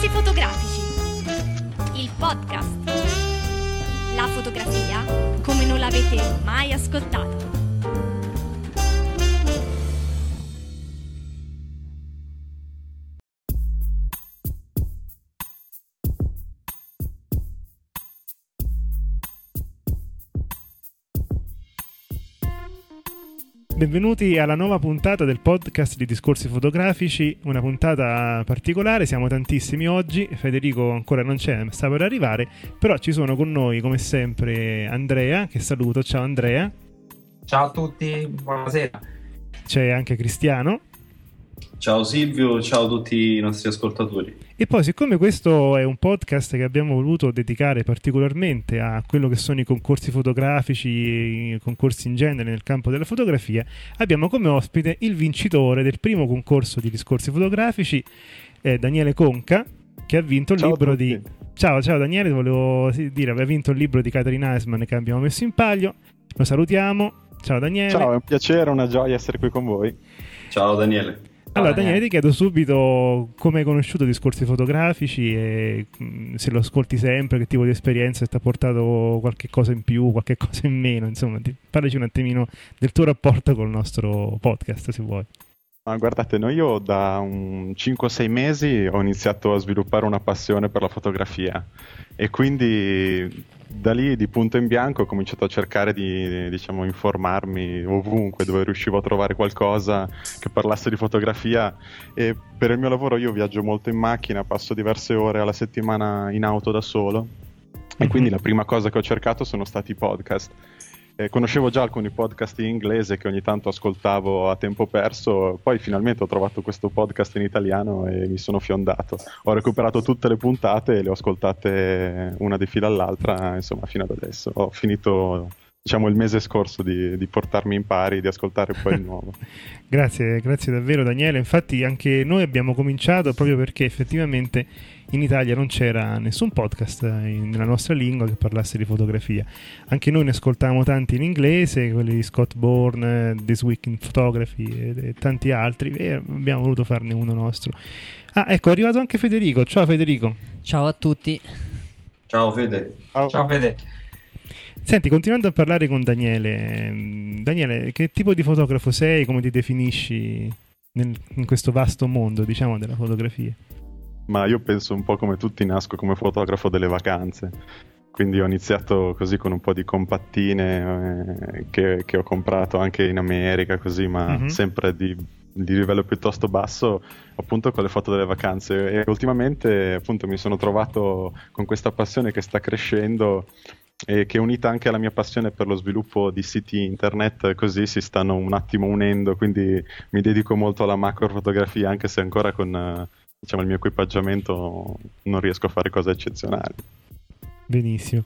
Discorsi fotografici, il podcast. La fotografia come non l'avete mai ascoltata. Benvenuti alla nuova puntata del podcast di Discorsi Fotografici, una puntata particolare, siamo tantissimi oggi, Federico ancora non c'è, sta per arrivare, però ci sono con noi come sempre Andrea, che saluto, ciao Andrea. Ciao a tutti, buonasera. C'è anche Cristiano. Ciao Silvio, ciao a tutti i nostri ascoltatori. E poi, siccome questo è un podcast che abbiamo voluto dedicare particolarmente a quello che sono i concorsi fotografici, i concorsi in genere nel campo della fotografia, abbiamo come ospite il vincitore del primo concorso di discorsi fotografici, Daniele Conca, che ha vinto il libro di... Ciao Daniele, volevo dire, aveva vinto il libro di Catherine Eisman che abbiamo messo in palio. Lo salutiamo. Ciao Daniele. Ciao, è un piacere, una gioia essere qui con voi. Ciao Daniele. Allora Daniele, ti chiedo subito come hai conosciuto Discorsi Fotografici e se lo ascolti sempre, che tipo di esperienza ti ha portato, qualche cosa in più, qualche cosa in meno, insomma, parlaci un attimino del tuo rapporto col nostro podcast, se vuoi. Ma guardate, io da 5-6 mesi ho iniziato a sviluppare una passione per la fotografia e quindi da lì di punto in bianco ho cominciato a cercare di, informarmi ovunque dove riuscivo a trovare qualcosa che parlasse di fotografia, e per il mio lavoro io viaggio molto in macchina, passo diverse ore alla settimana in auto da solo e quindi la prima cosa che ho cercato sono stati i podcast. Conoscevo già alcuni podcast in inglese che ogni tanto ascoltavo a tempo perso, poi finalmente ho trovato questo podcast in italiano e mi sono fiondato. Ho recuperato tutte le puntate e le ho ascoltate una di fila all'altra, insomma, fino ad adesso. Ho finito, il mese scorso di portarmi in pari, di ascoltare poi il nuovo. Grazie davvero Daniele. Infatti anche noi abbiamo cominciato proprio perché effettivamente in Italia non c'era nessun podcast nella nostra lingua che parlasse di fotografia. Anche noi ne ascoltavamo tanti in inglese, quelli di Scott Bourne, This Week in Photography e tanti altri, e abbiamo voluto farne uno nostro. Ecco, è arrivato anche Federico. Ciao Federico. Ciao a tutti. Ciao Fede. Ciao Fede. Senti, continuando a parlare con Daniele, che tipo di fotografo sei? Come ti definisci in questo vasto mondo, della fotografia? Ma io penso un po' come tutti, nasco come fotografo delle vacanze, quindi ho iniziato così con un po' di compattine che ho comprato anche in America, così, ma sempre di livello piuttosto basso, appunto con le foto delle vacanze, e ultimamente appunto mi sono trovato con questa passione che sta crescendo e che, unita anche alla mia passione per lo sviluppo di siti internet, così si stanno un attimo unendo, quindi mi dedico molto alla macrofotografia, anche se ancora con il mio equipaggiamento non riesco a fare cose eccezionali. Benissimo.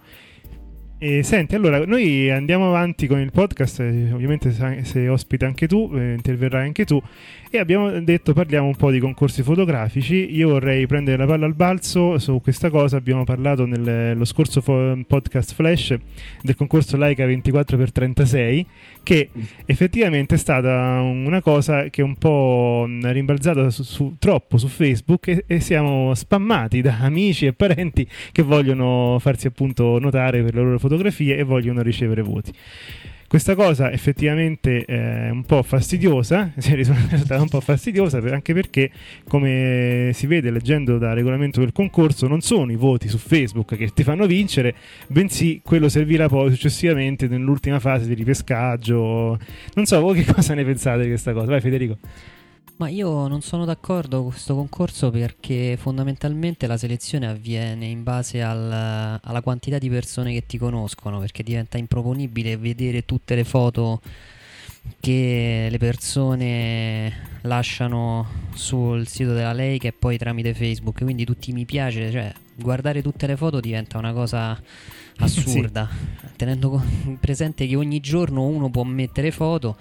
E senti, allora noi andiamo avanti con il podcast, ovviamente se ospita anche tu, interverrai anche tu, e abbiamo detto parliamo un po' di concorsi fotografici. Io vorrei prendere la palla al balzo su questa cosa. Abbiamo parlato nello scorso podcast Flash del concorso Leica 24x36, che effettivamente è stata una cosa che è un po' rimbalzata troppo su Facebook, e siamo spammati da amici e parenti che vogliono farsi appunto notare per le loro fotografie e vogliono ricevere voti. Questa cosa effettivamente è un po' fastidiosa, è risultata un po' fastidiosa anche perché, come si vede leggendo dal regolamento del concorso, non sono i voti su Facebook che ti fanno vincere, bensì quello servirà poi successivamente nell'ultima fase di ripescaggio. Non so, voi che cosa ne pensate di questa cosa? Vai Federico. Ma io non sono d'accordo con questo concorso, perché fondamentalmente la selezione avviene in base alla quantità di persone che ti conoscono, perché diventa improponibile vedere tutte le foto che le persone lasciano sul sito della Leica e poi tramite Facebook, quindi tutti mi piace, guardare tutte le foto diventa una cosa assurda, sì. Tenendo presente che ogni giorno uno può mettere foto,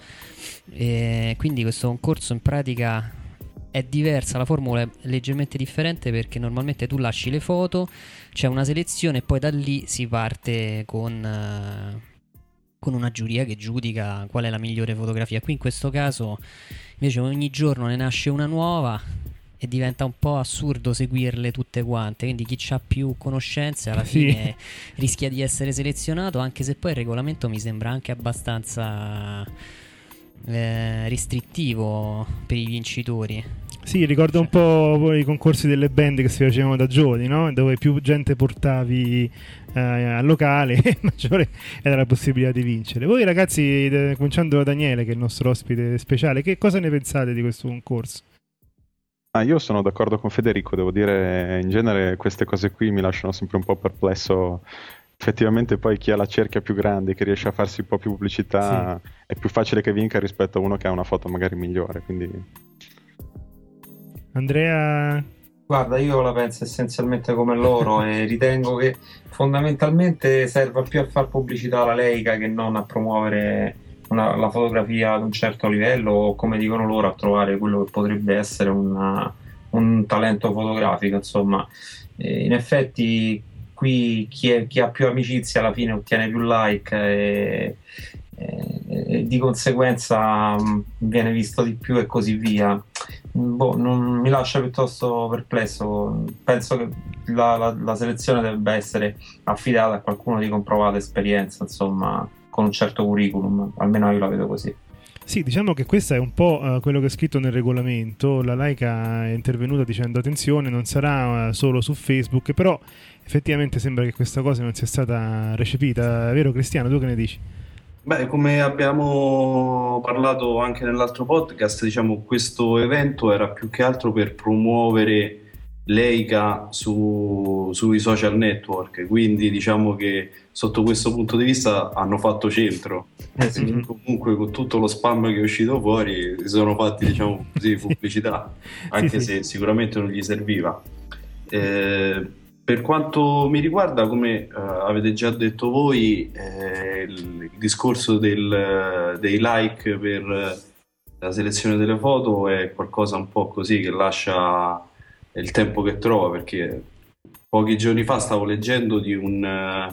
e quindi questo concorso in pratica è diversa, la formula è leggermente differente, perché normalmente tu lasci le foto, c'è una selezione e poi da lì si parte con una giuria che giudica qual è la migliore fotografia. Qui in questo caso invece ogni giorno ne nasce una nuova e diventa un po' assurdo seguirle tutte quante, quindi chi ha più conoscenze alla fine rischia di essere selezionato, anche se poi il regolamento mi sembra anche abbastanza restrittivo per i vincitori. Sì, ricordo un po' i concorsi delle band che si facevano da giovani, no? Dove più gente portavi al locale maggiore era la possibilità di vincere. Voi ragazzi, cominciando da Daniele che è il nostro ospite speciale, che cosa ne pensate di questo concorso? Io sono d'accordo con Federico, devo dire, in genere queste cose qui mi lasciano sempre un po' perplesso. Effettivamente poi chi ha la cerchia più grande, che riesce a farsi un po' più pubblicità, è più facile che vinca rispetto a uno che ha una foto magari migliore, quindi... Andrea? Guarda, io la penso essenzialmente come loro e ritengo che fondamentalmente serva più a far pubblicità alla Leica che non a promuovere la fotografia ad un certo livello, o come dicono loro, a trovare quello che potrebbe essere un talento fotografico, insomma. In effetti qui chi ha più amicizia alla fine ottiene più like e di conseguenza viene visto di più e così via. Non mi lascia piuttosto perplesso. Penso che la selezione debba essere affidata a qualcuno di comprovata esperienza, insomma, con un certo curriculum, almeno io la vedo così. Sì, diciamo che questo è un po' quello che è scritto nel regolamento. La Leica è intervenuta dicendo attenzione, non sarà solo su Facebook, però effettivamente sembra che questa cosa non sia stata recepita. È vero, Cristiano, tu che ne dici? Beh, come abbiamo parlato anche nell'altro podcast, diciamo, questo evento era più che altro per promuovere Leica sui social network, quindi diciamo che sotto questo punto di vista hanno fatto centro. Sì. Comunque con tutto lo spam che è uscito fuori si sono fatti, diciamo così, pubblicità, anche se sicuramente non gli serviva. Per quanto mi riguarda, come avete già detto voi, il discorso dei like per la selezione delle foto è qualcosa un po' così che lascia il tempo che trova, perché pochi giorni fa stavo leggendo di un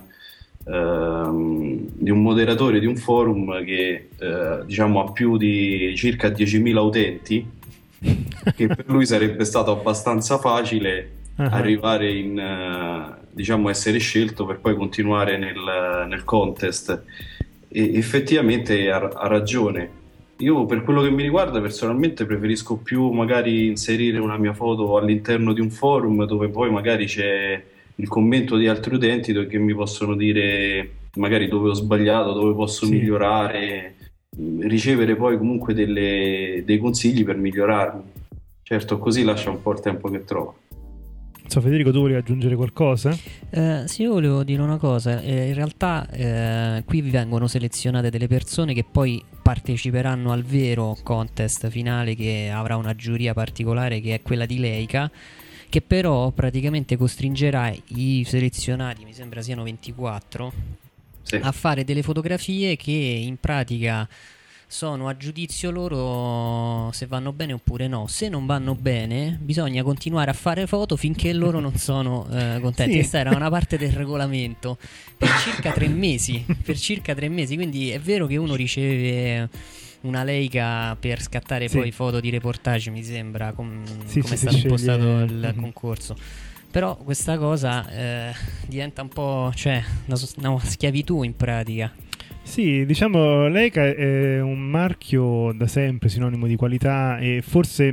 moderatore di un forum che diciamo ha più di circa 10.000 utenti, che per lui sarebbe stato abbastanza facile arrivare diciamo essere scelto per poi continuare nel contest, e effettivamente ha ragione. Io, per quello che mi riguarda, personalmente preferisco più magari inserire una mia foto all'interno di un forum dove poi magari c'è il commento di altri utenti che mi possono dire magari dove ho sbagliato, dove posso migliorare, ricevere poi comunque dei consigli per migliorarmi. Certo, così lascia un po' il tempo che trova. Federico, tu volevi aggiungere qualcosa? Sì, io volevo dire una cosa. In realtà qui vengono selezionate delle persone che poi parteciperanno al vero contest finale, che avrà una giuria particolare, che è quella di Leica, che però praticamente costringerà i selezionati, mi sembra siano 24, a fare delle fotografie che in pratica sono a giudizio loro se vanno bene oppure no. Se non vanno bene bisogna continuare a fare foto finché loro non sono contenti. Questa era una parte del regolamento per circa 3 mesi. Quindi è vero che uno riceve una Leica per scattare poi foto di reportage, mi sembra, come è stato impostato il concorso. Però questa cosa diventa un po', cioè, una schiavitù in pratica. Sì, diciamo, Leica è un marchio da sempre sinonimo di qualità e forse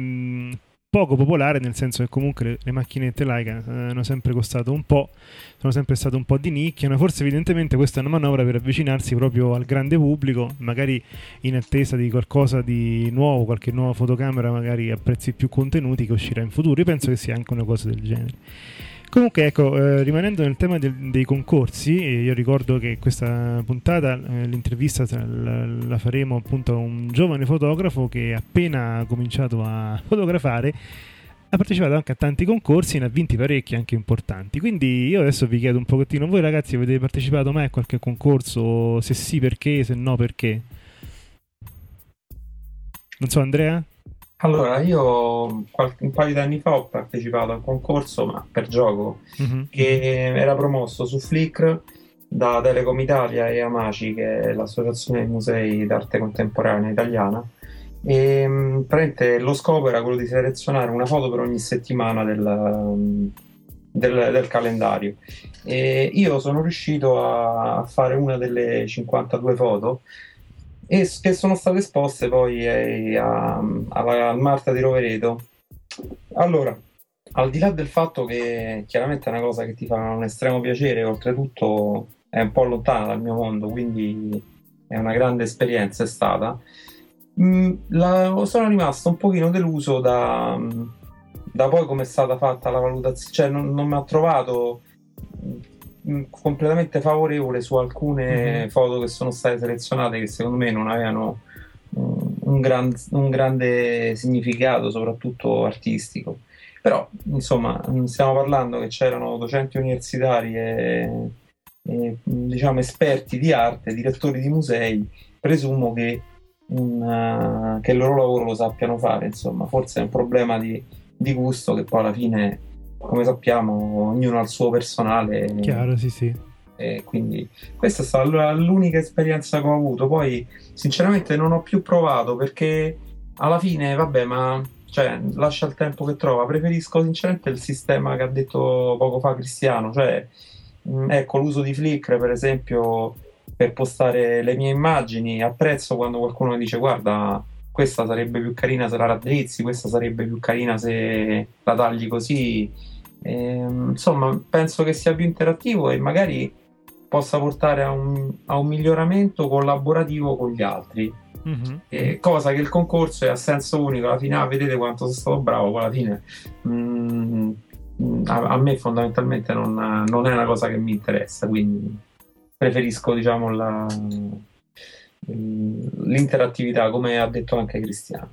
poco popolare, nel senso che comunque le macchinette Leica hanno sempre costato un po', sono sempre state un po' di nicchia. Forse evidentemente questa è una manovra per avvicinarsi proprio al grande pubblico, magari in attesa di qualcosa di nuovo, qualche nuova fotocamera magari a prezzi più contenuti che uscirà in futuro. Io penso che sia anche una cosa del genere. Comunque, ecco, rimanendo nel tema dei concorsi, io ricordo che questa puntata, l'intervista la faremo appunto a un giovane fotografo che appena ha cominciato a fotografare ha partecipato anche a tanti concorsi e ne ha vinti parecchi, anche importanti. Quindi io adesso vi chiedo un pochettino, voi ragazzi avete partecipato mai a qualche concorso? Se sì, perché? Se no, perché? Non so, Andrea? Allora, io un paio di anni fa ho partecipato a un concorso, ma per gioco, che era promosso su Flickr da Telecom Italia e Amaci, che è l'associazione dei musei d'arte contemporanea italiana, praticamente lo scopo era quello di selezionare una foto per ogni settimana del calendario, e io sono riuscito a fare una delle 52 foto e che sono state esposte poi al Marta di Rovereto. Allora, al di là del fatto che chiaramente è una cosa che ti fa un estremo piacere, oltretutto è un po' lontana dal mio mondo, quindi è una grande esperienza, è stata. Sono rimasto un pochino deluso da poi come è stata fatta la valutazione, cioè non mi ha trovato completamente favorevole su alcune foto che sono state selezionate, che secondo me non avevano un grande significato, soprattutto artistico. Però insomma stiamo parlando che c'erano docenti universitari e diciamo esperti di arte, direttori di musei, presumo che il loro lavoro lo sappiano fare, insomma forse è un problema di gusto, che poi alla fine, come sappiamo, ognuno ha il suo personale. Chiaro, sì. E quindi questa è stata l'unica esperienza che ho avuto. Poi sinceramente non ho più provato, perché alla fine vabbè, ma cioè, lascia il tempo che trova. Preferisco sinceramente il sistema che ha detto poco fa Cristiano, cioè ecco, l'uso di Flickr per esempio per postare le mie immagini. Apprezzo quando qualcuno mi dice guarda, questa sarebbe più carina se la raddrizzi, questa sarebbe più carina se la tagli così. Insomma, penso che sia più interattivo e magari possa portare a un miglioramento collaborativo con gli altri. Cosa che il concorso è a senso unico. Alla fine, vedete quanto sono stato bravo. Alla fine a me fondamentalmente non è una cosa che mi interessa, quindi preferisco, diciamo, l'interattività, come ha detto anche Cristiano.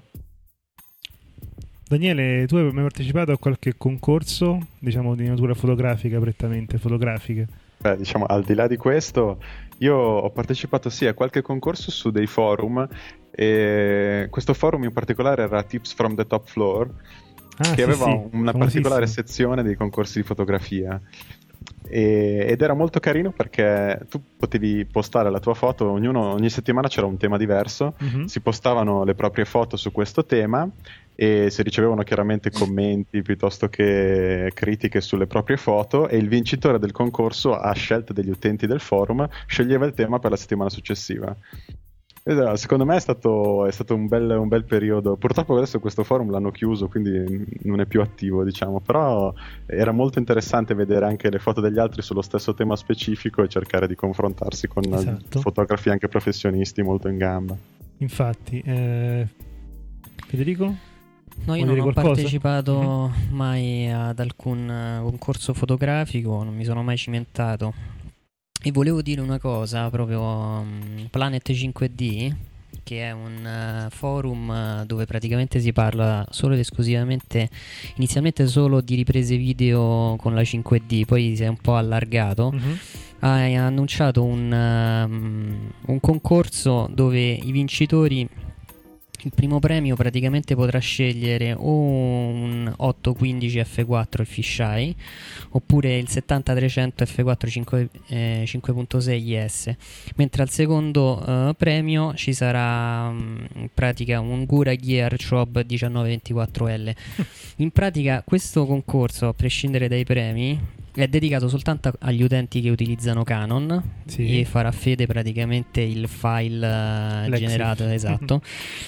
Daniele, tu hai mai partecipato a qualche concorso, diciamo, di natura fotografica, prettamente fotografica? Beh, diciamo, al di là di questo, io ho partecipato sì a qualche concorso su dei forum, e questo forum in particolare era Tips from the Top Floor, che aveva una particolare sezione dei concorsi di fotografia. Ed era molto carino perché tu potevi postare la tua foto, ogni settimana c'era un tema diverso, si postavano le proprie foto su questo tema e si ricevevano chiaramente commenti piuttosto che critiche sulle proprie foto, e il vincitore del concorso, a scelta degli utenti del forum, sceglieva il tema per la settimana successiva. Secondo me è stato un bel periodo. Purtroppo adesso questo forum l'hanno chiuso, quindi non è più attivo, diciamo, però era molto interessante vedere anche le foto degli altri sullo stesso tema specifico e cercare di confrontarsi con fotografi anche professionisti molto in gamba. Infatti, Federico? No, io non ho partecipato mai ad alcun concorso fotografico, non mi sono mai cimentato. E volevo dire una cosa, proprio Planet 5D, che è un forum dove praticamente si parla solo ed esclusivamente, inizialmente solo di riprese video con la 5D, poi si è un po' allargato. Ha annunciato un concorso dove i vincitori, il primo premio praticamente potrà scegliere o un 815 f4 il fisheye oppure il 70-300 f4 5.6 IS, mentre al secondo premio ci sarà in pratica un Gura Gear Chob 1924L. In pratica questo concorso, a prescindere dai premi, è dedicato soltanto agli utenti che utilizzano Canon, e farà fede praticamente il file generato, esatto.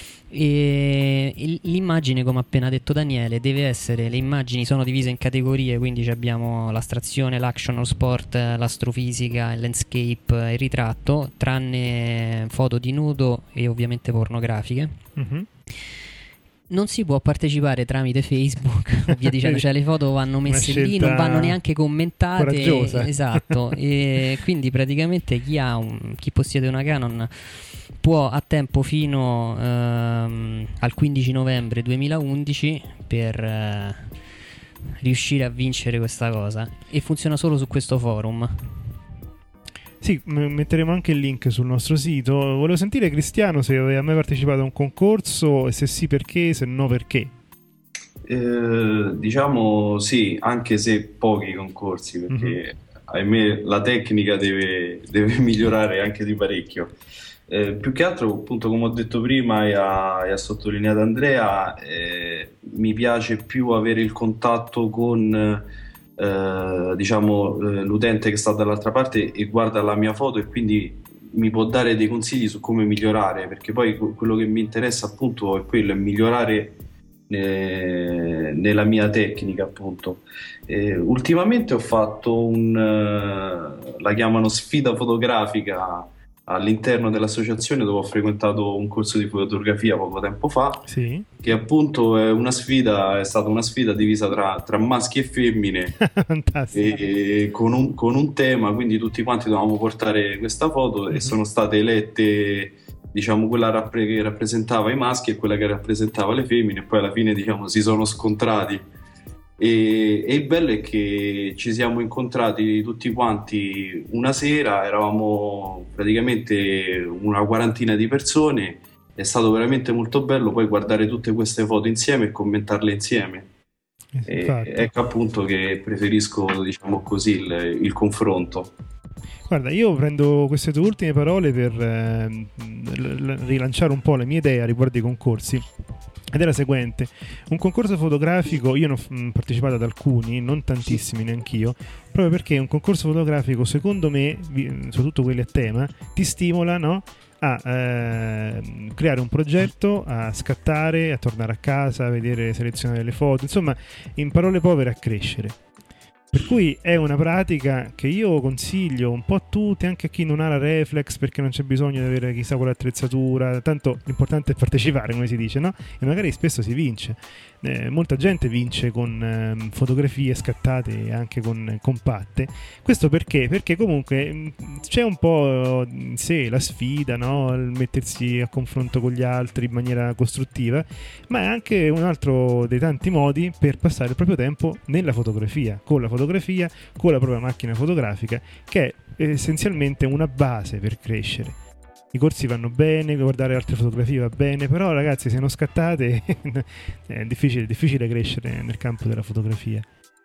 E l'immagine, come ha appena detto Daniele, deve essere, le immagini sono divise in categorie, quindi abbiamo l'astrazione, l'action, lo sport, l'astrofisica, il landscape, il ritratto, tranne foto di nudo e ovviamente pornografiche. Non si può partecipare tramite Facebook, via dicendo, cioè le foto vanno messe lì, non vanno neanche commentate, coraggiosa. Esatto. E quindi praticamente chi possiede una Canon può, a tempo fino al 15 novembre 2011 per riuscire a vincere questa cosa, e funziona solo su questo forum. Sì, metteremo anche il link sul nostro sito. Volevo sentire Cristiano se aveva mai partecipato a un concorso, e se sì perché, se no perché. Diciamo sì, anche se pochi concorsi, perché ahimè la tecnica deve migliorare anche di parecchio. più che altro, appunto, come ho detto prima e ha sottolineato Andrea, mi piace più avere il contatto con l'utente che sta dall'altra parte e guarda la mia foto, e quindi mi può dare dei consigli su come migliorare, perché poi quello che mi interessa appunto è quello, è migliorare nella mia tecnica, appunto. Ultimamente ho fatto la chiamano sfida fotografica all'interno dell'associazione, dove ho frequentato un corso di fotografia poco tempo fa, sì. che appunto è stata una sfida divisa tra maschi e femmine e con un tema, quindi tutti quanti dovevamo portare questa foto e sono state elette, diciamo, quella che rappresentava i maschi e quella che rappresentava le femmine, e poi alla fine, diciamo, si sono scontrati. E il bello è che ci siamo incontrati tutti quanti una sera, eravamo praticamente una quarantina di persone, è stato veramente molto bello poi guardare tutte queste foto insieme e commentarle insieme. Ecco appunto che preferisco, diciamo così, il confronto. Guarda, io prendo queste tue ultime parole per rilanciare un po' la mia idea riguardo i concorsi. Ed è la seguente: un concorso fotografico, io ne ho partecipato ad alcuni, non tantissimi neanch'io, proprio perché un concorso fotografico, secondo me, soprattutto quelli a tema, ti stimola, no? A creare un progetto, a scattare, a tornare a casa, a vedere, selezionare le foto, insomma, in parole povere, a crescere. Per cui è una pratica che io consiglio un po' a tutti, anche a chi non ha la reflex, perché non c'è bisogno di avere chissà quale attrezzatura, tanto l'importante è partecipare, come si dice, no? E magari spesso si vince. Molta gente vince con fotografie scattate anche con compatte. Questo perché? Perché comunque c'è un po' in sé la sfida, no? Il mettersi a confronto con gli altri in maniera costruttiva, ma è anche un altro dei tanti modi per passare il proprio tempo nella fotografia, con la propria macchina fotografica, che è essenzialmente una base per crescere. I corsi vanno bene, guardare altre fotografie va bene, però ragazzi, se non scattate è difficile crescere nel campo della fotografia.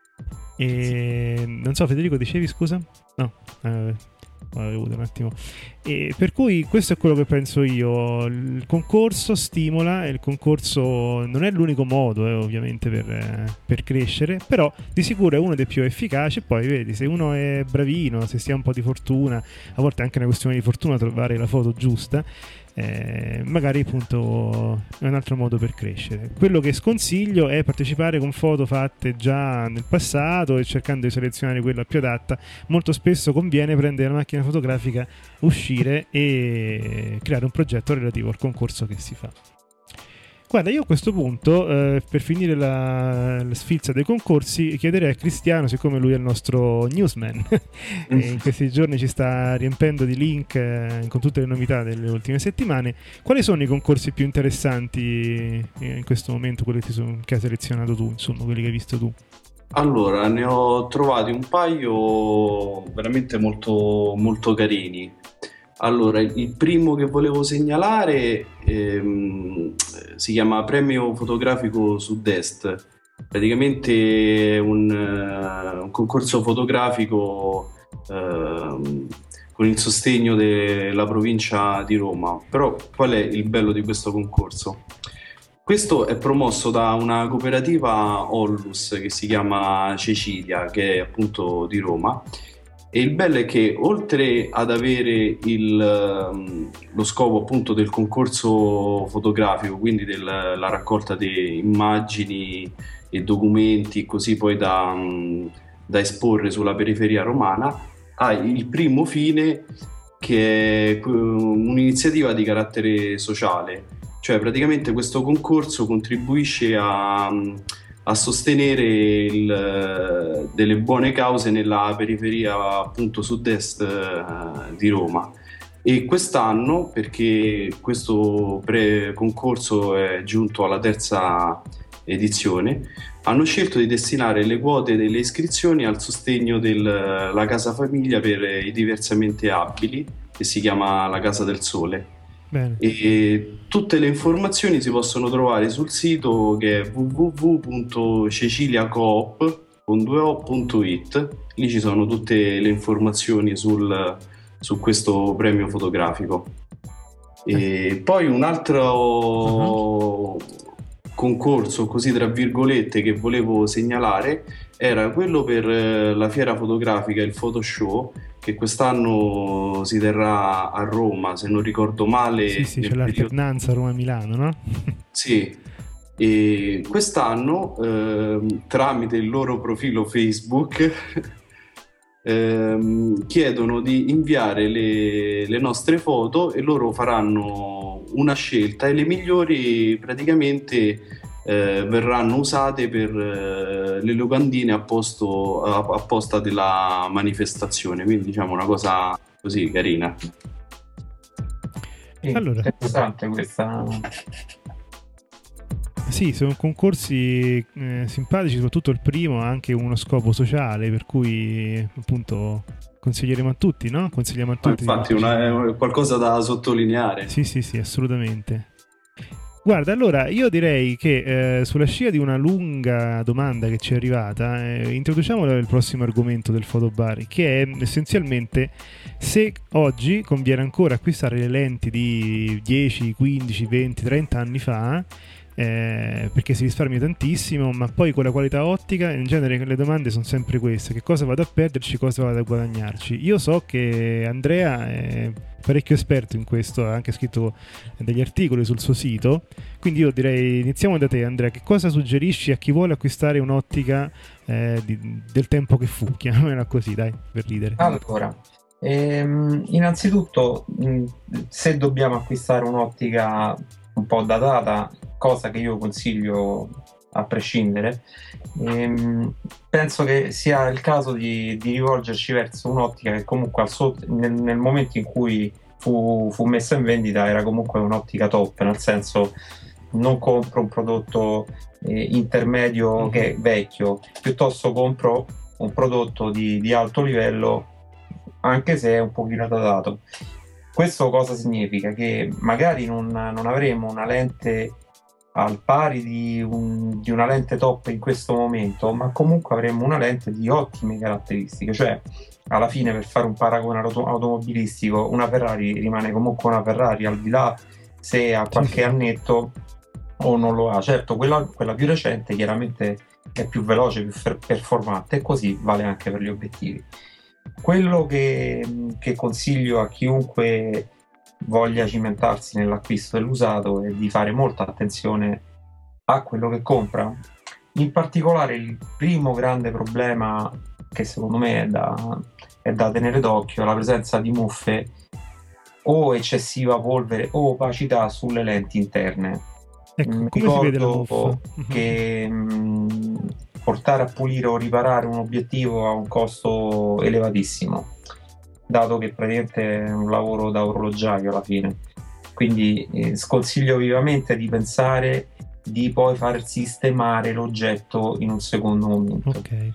E non so, Federico, dicevi, scusa? No, avevo avuto un attimo. E per cui questo è quello che penso io. Il concorso stimola, e il concorso non è l'unico modo ovviamente per crescere, però di sicuro è uno dei più efficaci. Poi vedi, se uno è bravino, se si ha un po' di fortuna, a volte è anche una questione di fortuna trovare la foto giusta, magari appunto è un altro modo per crescere. Quello che sconsiglio è partecipare con foto fatte già nel passato e cercando di selezionare quella più adatta. Molto spesso conviene prendere la macchina fotografica, uscire e creare un progetto relativo al concorso che si fa. Guarda, io a questo punto, per finire la sfilza dei concorsi, chiederei a Cristiano, siccome lui è il nostro newsman e in questi giorni ci sta riempendo di link con tutte le novità delle ultime settimane, quali sono i concorsi più interessanti in questo momento, quelli che hai selezionato tu, insomma, quelli che hai visto tu? Allora, ne ho trovati un paio veramente molto, molto carini. Allora, il primo che volevo segnalare si chiama Premio Fotografico Sud-Est. Praticamente è un concorso fotografico con il sostegno della provincia di Roma. Però qual è il bello di questo concorso? Questo è promosso da una cooperativa Ollus che si chiama Cecilia, che è appunto di Roma. E il bello è che, oltre ad avere lo scopo appunto del concorso fotografico, quindi della raccolta di immagini e documenti così poi da esporre sulla periferia romana, ha il primo fine, che è un'iniziativa di carattere sociale. Cioè praticamente questo concorso contribuisce a sostenere delle buone cause nella periferia appunto sud-est di Roma. E quest'anno, perché questo concorso è giunto alla terza edizione, hanno scelto di destinare le quote delle iscrizioni al sostegno della Casa Famiglia per i diversamente abili, che si chiama la Casa del Sole. Bene. E tutte le informazioni si possono trovare sul sito, che è www.ceciliacoop.it. Lì ci sono tutte le informazioni su questo premio fotografico. E poi un altro concorso, così tra virgolette, che volevo segnalare era quello per la fiera fotografica, il Photoshow, che quest'anno si terrà a Roma, se non ricordo male. Sì, c'è l'alternanza Roma-Milano, no? Sì, e quest'anno tramite il loro profilo Facebook chiedono di inviare le nostre foto e loro faranno una scelta e le migliori praticamente verranno usate per le locandine apposta della manifestazione, quindi diciamo una cosa così carina. Allora, interessante questa. Sì, sono concorsi simpatici, soprattutto il primo ha anche uno scopo sociale, per cui appunto consiglieremo a tutti, no? Consigliamo a tutti. Infatti è qualcosa da sottolineare. Sì, assolutamente. Guarda, allora io direi che sulla scia di una lunga domanda che ci è arrivata, introduciamo il prossimo argomento del Fotobar, che è essenzialmente se oggi conviene ancora acquistare le lenti di 10, 15, 20, 30 anni fa, perché si risparmia tantissimo, ma poi con la qualità ottica in genere le domande sono sempre queste: che cosa vado a perderci, cosa vado a guadagnarci. Io so che Andrea è parecchio esperto in questo, ha anche scritto degli articoli sul suo sito, quindi io direi iniziamo da te, Andrea. Che cosa suggerisci a chi vuole acquistare un'ottica del tempo che fu, chiamiamola così, dai, per ridere. Allora, innanzitutto se dobbiamo acquistare un'ottica un po' datata, cosa che io consiglio a prescindere, penso che sia il caso di rivolgerci verso un'ottica che comunque nel momento in cui fu messa in vendita era comunque un'ottica top, nel senso non compro un prodotto intermedio che è vecchio, piuttosto compro un prodotto di alto livello anche se è un pochino datato. Questo cosa significa? Che magari non avremo una lente al pari di una lente top in questo momento, ma comunque avremo una lente di ottime caratteristiche. Cioè, alla fine, per fare un paragone automobilistico, una Ferrari rimane comunque una Ferrari, al di là se ha qualche annetto o non lo ha. Certo, quella più recente chiaramente è più veloce, più performante, e così vale anche per gli obiettivi. Quello che consiglio a chiunque voglia cimentarsi nell'acquisto dell'usato è di fare molta attenzione a quello che compra. In particolare, il primo grande problema che secondo me è da tenere d'occhio è la presenza di muffe o eccessiva polvere o opacità sulle lenti interne. Ecco, come si vede la muffa? Che portare a pulire o riparare un obiettivo ha un costo elevatissimo, dato che praticamente è un lavoro da orologiaio alla fine. Quindi sconsiglio vivamente di pensare di poi far sistemare l'oggetto in un secondo momento. Okay.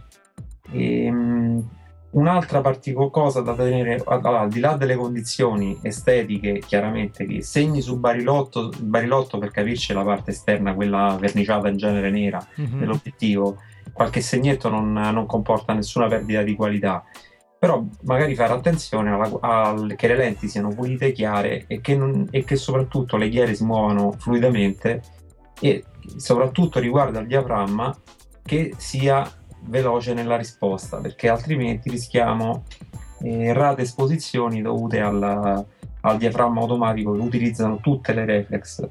Un'altra cosa da tenere, al di là delle condizioni estetiche, chiaramente, che segni su barilotto, per capirci la parte esterna, quella verniciata in genere nera dell'obiettivo, qualche segnetto non comporta nessuna perdita di qualità, però magari fare attenzione che le lenti siano pulite e chiare e che soprattutto le ghiere si muovano fluidamente, e soprattutto riguardo al diaframma che sia veloce nella risposta, perché altrimenti rischiamo errate esposizioni dovute al diaframma automatico che utilizzano tutte le reflex,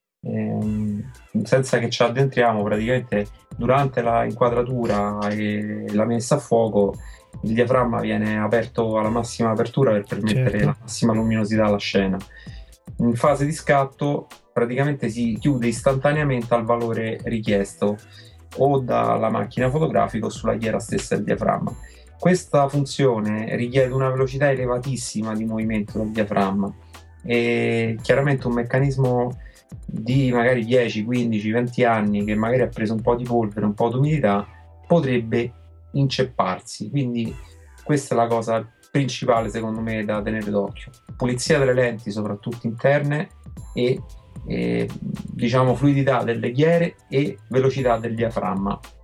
senza che ci addentriamo. Praticamente durante la inquadratura e la messa a fuoco il diaframma viene aperto alla massima apertura per permettere la massima luminosità alla scena. In fase di scatto praticamente si chiude istantaneamente al valore richiesto o dalla macchina fotografica o sulla ghiera stessa del diaframma. Questa funzione richiede una velocità elevatissima di movimento del diaframma e chiaramente un meccanismo di magari 10, 15, 20 anni che magari ha preso un po' di polvere, un po' di umidità, potrebbe incepparsi. Quindi questa è la cosa principale secondo me da tenere d'occhio: pulizia delle lenti, soprattutto interne, e diciamo fluidità delle ghiere e velocità del diaframma.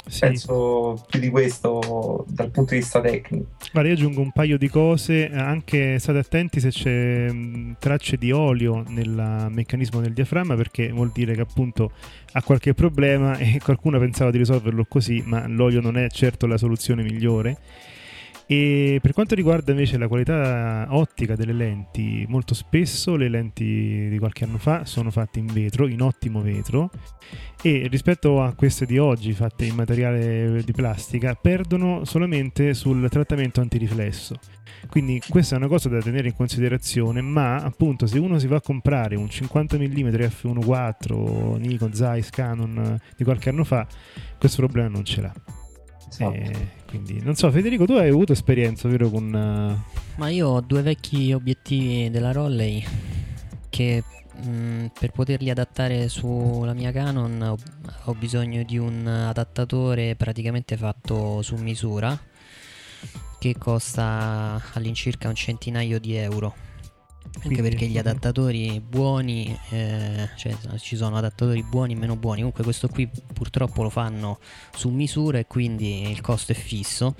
penso più di questo dal punto di vista tecnico. Guarda, io aggiungo un paio di cose, anche state attenti se c'è tracce di olio nel meccanismo del diaframma, perché vuol dire che appunto ha qualche problema e qualcuno pensava di risolverlo così, ma l'olio non è certo la soluzione migliore. E per quanto riguarda invece la qualità ottica delle lenti, molto spesso le lenti di qualche anno fa sono fatte in vetro, in ottimo vetro, e rispetto a queste di oggi fatte in materiale di plastica perdono solamente sul trattamento antiriflesso. Quindi questa è una cosa da tenere in considerazione, ma appunto se uno si va a comprare un 50 mm f1.4 Nikon, Zeiss, Canon di qualche anno fa, questo problema non ce l'ha. Quindi non so, Federico, tu hai avuto esperienza, vero, con Ma io ho 2 vecchi obiettivi della Rollei che per poterli adattare sulla mia Canon ho bisogno di un adattatore praticamente fatto su misura, che costa all'incirca un centinaio di euro. Anche perché gli adattatori buoni, cioè ci sono adattatori buoni e meno buoni. Comunque questo qui purtroppo lo fanno su misura e quindi il costo è fisso,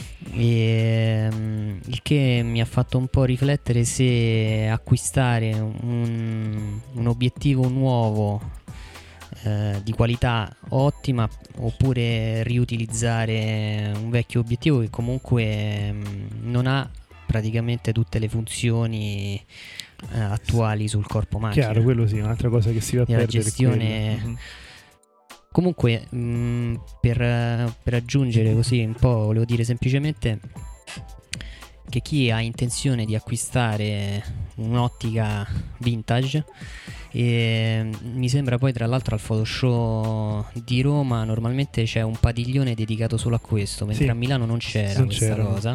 il che mi ha fatto un po' riflettere se acquistare un obiettivo nuovo di qualità ottima oppure riutilizzare un vecchio obiettivo che comunque non ha praticamente tutte le funzioni attuali sul corpo macchina. Chiaro, quello sì, un'altra cosa che si va a perdere. La gestione. Comunque, per aggiungere così un po', volevo dire semplicemente che chi ha intenzione di acquistare un'ottica vintage, e mi sembra poi tra l'altro al Photoshow di Roma normalmente c'è un padiglione dedicato solo a questo, mentre a Milano non c'era questa cosa.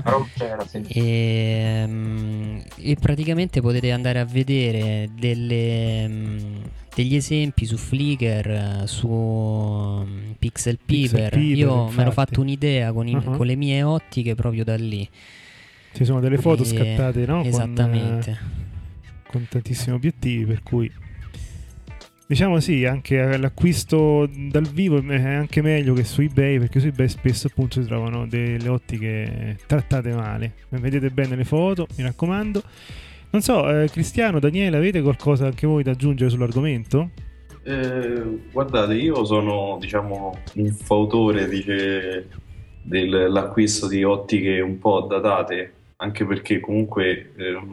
E praticamente potete andare a vedere degli esempi su Flickr, su Pixel Peeper. Io mi ero fatto un'idea con le mie ottiche proprio da lì. Ci sono delle foto scattate, no? Esattamente. Con tantissimi obiettivi, per cui diciamo sì, anche l'acquisto dal vivo è anche meglio che su eBay, perché su eBay spesso appunto si trovano delle ottiche trattate male. Vedete bene le foto, mi raccomando. Non so, Cristiano, Daniele, avete qualcosa anche voi da aggiungere sull'argomento? Guardate, io sono, diciamo, un fautore dell'acquisto di ottiche un po' datate, anche perché comunque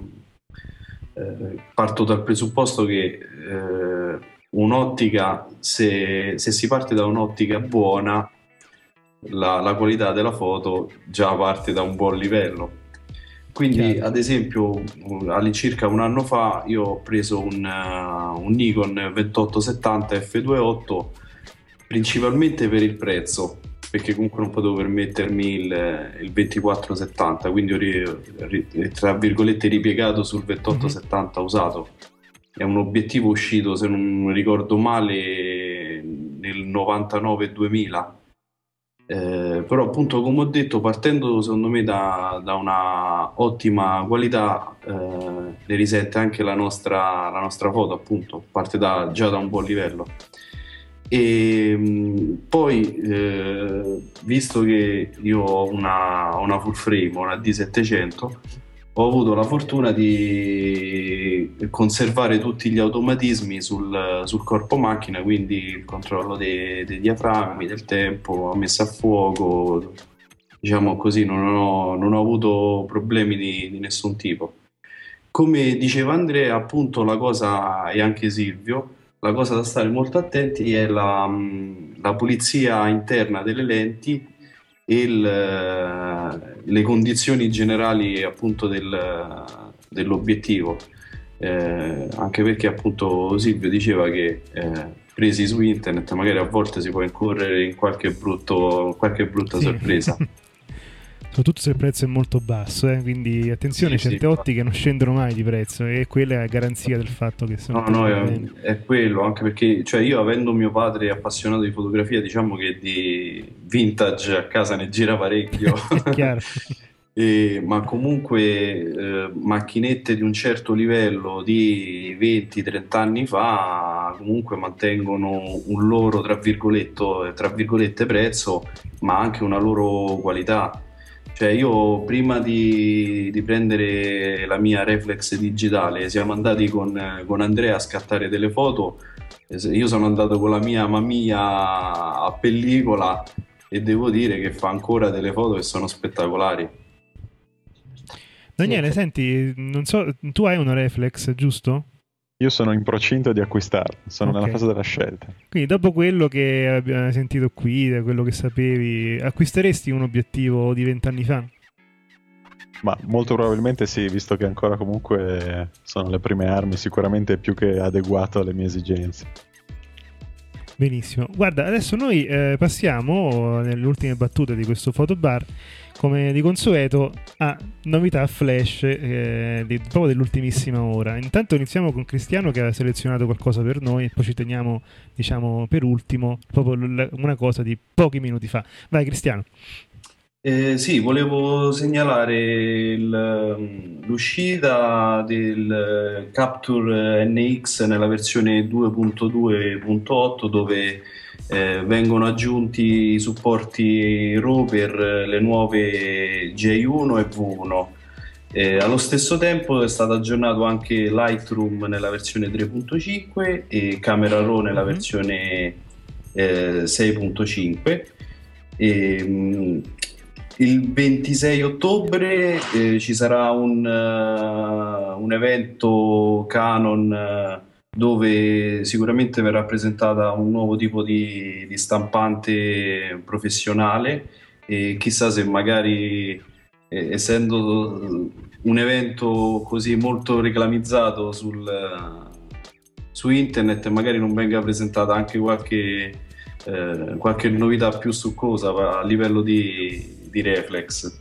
parto dal presupposto che un'ottica, se si parte da un'ottica buona, la qualità della foto già parte da un buon livello. Quindi ad esempio all'incirca un anno fa io ho preso un Nikon 2870 f2.8 principalmente per il prezzo, perché comunque non potevo permettermi il 2470, quindi ho tra virgolette ripiegato sul 2870 usato. È un obiettivo uscito, se non ricordo male, nel 99-2000. Però appunto, come ho detto, partendo secondo me da una ottima qualità, ne risente anche la nostra foto, appunto, parte già da un buon livello. E poi visto che io ho una full frame, una D700, ho avuto la fortuna di conservare tutti gli automatismi sul corpo macchina, quindi il controllo dei diaframmi, del tempo, la messa a fuoco, diciamo così, non ho avuto problemi di nessun tipo. Come diceva Andrea, appunto, la cosa, e anche Silvio, la cosa da stare molto attenti è la pulizia interna delle lenti e le condizioni generali appunto dell'obiettivo, anche perché appunto Silvio diceva che presi su internet magari a volte si può incorrere in qualche brutta sorpresa. Soprattutto se il prezzo è molto basso, quindi attenzione, certe ottiche non scendono mai di prezzo, e quella è garanzia del fatto che sono è quello, anche perché, cioè, io, avendo mio padre appassionato di fotografia, diciamo che di vintage a casa ne gira parecchio. Chiaro. ma comunque macchinette di un certo livello di 20-30 anni fa comunque mantengono un loro tra virgolette prezzo, ma anche una loro qualità. Cioè io prima di prendere la mia reflex digitale siamo andati con Andrea a scattare delle foto. Io sono andato con la mia Mamiya a pellicola e devo dire che fa ancora delle foto che sono spettacolari. Daniele, senti, non so, tu hai una reflex, giusto? Io sono in procinto di acquistarla, sono nella fase della scelta. Quindi dopo quello che abbiamo sentito qui, da quello che sapevi, acquisteresti un obiettivo di 20 anni fa? Ma molto probabilmente sì, visto che ancora comunque sono le prime armi, sicuramente più che adeguato alle mie esigenze. Benissimo. Guarda, adesso noi passiamo nelle ultime battute di questo fotobar, come di consueto, a novità flash proprio dell'ultimissima ora. Intanto iniziamo con Cristiano che ha selezionato qualcosa per noi e poi ci teniamo, diciamo, per ultimo proprio una cosa di pochi minuti fa. Vai Cristiano. Sì, volevo segnalare l'uscita del Capture NX nella versione 2.2.8 dove vengono aggiunti i supporti RAW per le nuove J1 e V1. Allo stesso tempo è stato aggiornato anche Lightroom nella versione 3.5 e Camera Raw nella versione 6.5. Il 26 ottobre ci sarà un evento Canon dove sicuramente verrà presentata un nuovo tipo di stampante professionale e chissà se magari essendo un evento così molto reclamizzato su internet magari non venga presentata anche qualche novità più succosa a livello di reflex.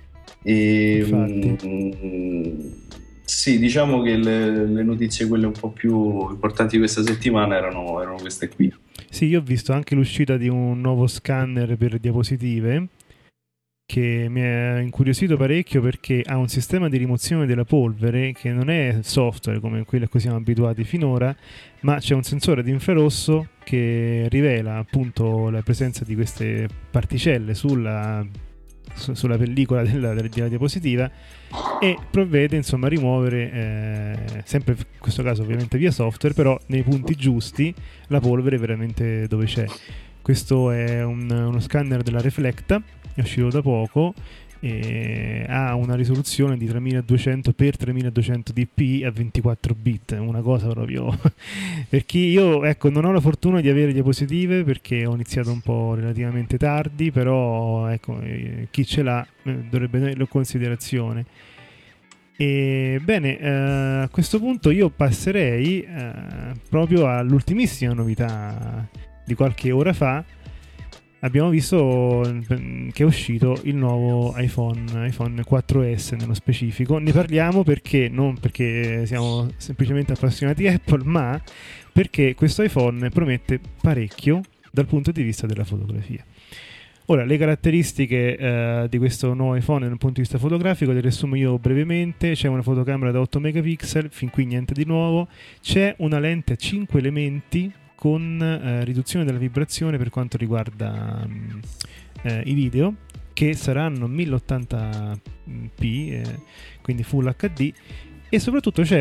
Sì, diciamo che le notizie quelle un po' più importanti di questa settimana erano queste qui. Sì, io ho visto anche l'uscita di un nuovo scanner per diapositive che mi ha incuriosito parecchio perché ha un sistema di rimozione della polvere che non è software come quello a cui siamo abituati finora, ma c'è un sensore di infrarosso che rivela appunto la presenza di queste particelle sulla pellicola della diapositiva e provvede insomma a rimuovere sempre in questo caso ovviamente via software, però nei punti giusti la polvere veramente dove c'è. Questo è uno scanner della Reflecta, è uscito da poco e ha una risoluzione di 3200x3200 dpi a 24 bit, una cosa proprio per chi io ecco non ho la fortuna di avere diapositive perché ho iniziato un po' relativamente tardi, però ecco chi ce l'ha dovrebbe tenerlo in considerazione. E bene, a questo punto io passerei proprio all'ultimissima novità di qualche ora fa. Abbiamo visto che è uscito il nuovo iPhone 4S nello specifico. Ne parliamo perché non perché siamo semplicemente appassionati Apple, ma perché questo iPhone promette parecchio dal punto di vista della fotografia. Ora, le caratteristiche di questo nuovo iPhone dal punto di vista fotografico le riassumo io brevemente. C'è una fotocamera da 8 megapixel, fin qui niente di nuovo. C'è una lente a 5 elementi con riduzione della vibrazione per quanto riguarda i video, che saranno 1080p, quindi Full HD, e soprattutto c'è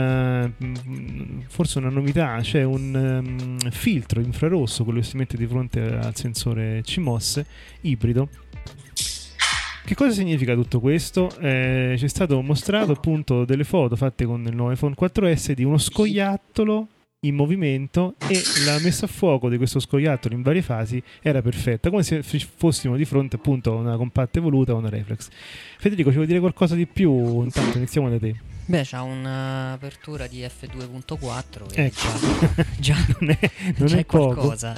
forse una novità, c'è un filtro infrarosso, quello che si mette di fronte al sensore CMOS ibrido. Che cosa significa tutto questo? Ci è stato mostrato appunto delle foto fatte con il nuovo iPhone 4S di uno scoiattolo in movimento e la messa a fuoco di questo scoiattolo in varie fasi era perfetta, come se fossimo di fronte appunto a una compatta evoluta o una reflex. Federico, ci vuoi dire qualcosa di più? Intanto iniziamo da te. Beh, c'ha un'apertura di f2.4 che già non è qualcosa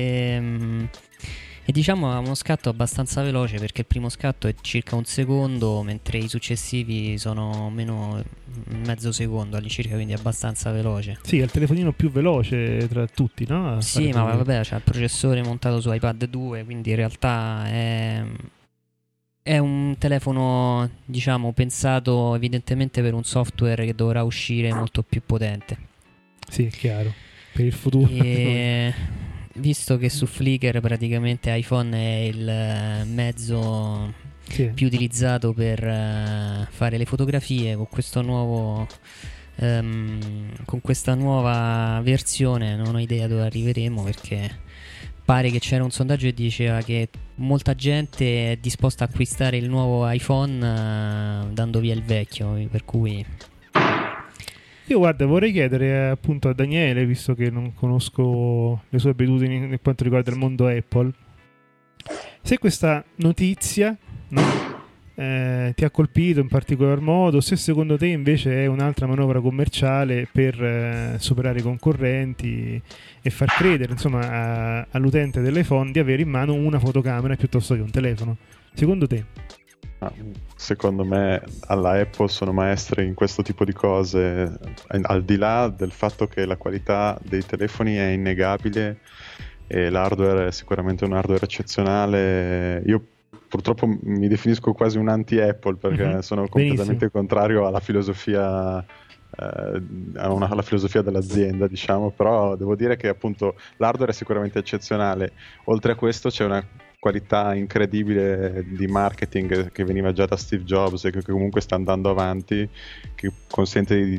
e diciamo ha uno scatto abbastanza veloce perché il primo scatto è circa un secondo mentre i successivi sono meno mezzo secondo all'incirca, quindi è abbastanza veloce. Sì, è il telefonino più veloce tra tutti, no? Sì, ma vabbè, c'ha il processore montato su iPad 2, quindi in realtà è È un telefono, diciamo, pensato evidentemente per un software che dovrà uscire molto più potente. Sì, è chiaro, per il futuro. E visto che su Flickr praticamente iPhone è il mezzo più utilizzato per fare le fotografie, con questo nuovo con questa nuova versione non ho idea dove arriveremo, perché pare che c'era un sondaggio che diceva che molta gente è disposta a acquistare il nuovo iPhone dando via il vecchio, per cui io guarda, vorrei chiedere appunto a Daniele, visto che non conosco le sue abitudini per quanto riguarda il mondo Apple, se questa notizia, no, ti ha colpito in particolar modo, se secondo te invece è un'altra manovra commerciale per superare i concorrenti e far credere, insomma, all'utente dell'iPhone di avere in mano una fotocamera piuttosto che un telefono. Secondo te? Secondo me alla Apple sono maestri in questo tipo di cose, al di là del fatto che la qualità dei telefoni è innegabile e l'hardware è sicuramente un hardware eccezionale. Io purtroppo mi definisco quasi un anti-Apple perché sono completamente contrario alla filosofia alla filosofia dell'azienda, diciamo, però devo dire che appunto l'hardware è sicuramente eccezionale. Oltre a questo c'è una qualità incredibile di marketing che veniva già da Steve Jobs e che comunque sta andando avanti, che consente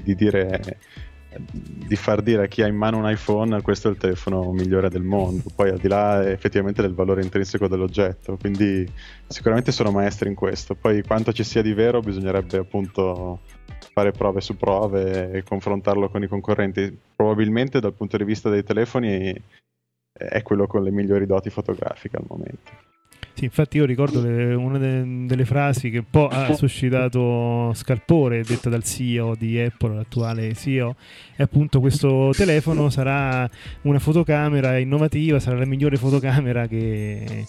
di far dire a chi ha in mano un iPhone questo è il telefono migliore del mondo, poi al di là effettivamente del valore intrinseco dell'oggetto, quindi sicuramente sono maestri in questo. Poi quanto ci sia di vero bisognerebbe appunto fare prove su prove e confrontarlo con i concorrenti. Probabilmente dal punto di vista dei telefoni è quello con le migliori doti fotografiche al momento. Sì, infatti io ricordo una delle frasi che un po' ha suscitato scalpore, detta dal CEO di Apple, l'attuale CEO, è appunto questo telefono sarà una fotocamera innovativa, sarà la migliore fotocamera che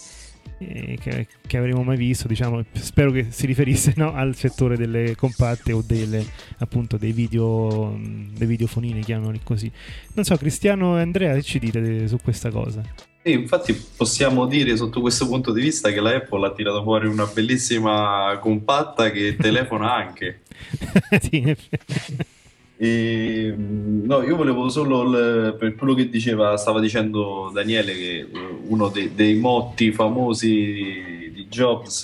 avremo mai visto, diciamo. Spero che si riferisse, no, al settore delle compatte o appunto dei videofonini, chiamano così. Non so, Cristiano e Andrea, che ci dite su questa cosa? Sì, infatti possiamo dire sotto questo punto di vista che la Apple ha tirato fuori una bellissima compatta che telefona anche. Sì, in effetti. No, io volevo solo per quello che stava dicendo Daniele, che uno dei motti famosi di Jobs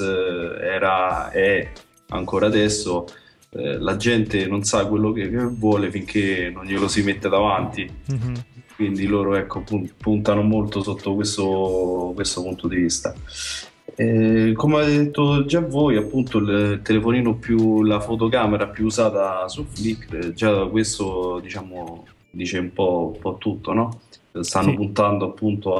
è ancora adesso, la gente non sa quello che vuole finché non glielo si mette davanti. Mm-hmm. Quindi loro, ecco, puntano molto sotto questo punto di vista. Come avete detto già voi, appunto il telefonino la fotocamera più usata su Flickr, già questo, diciamo, dice un po' tutto, no? Stanno puntando appunto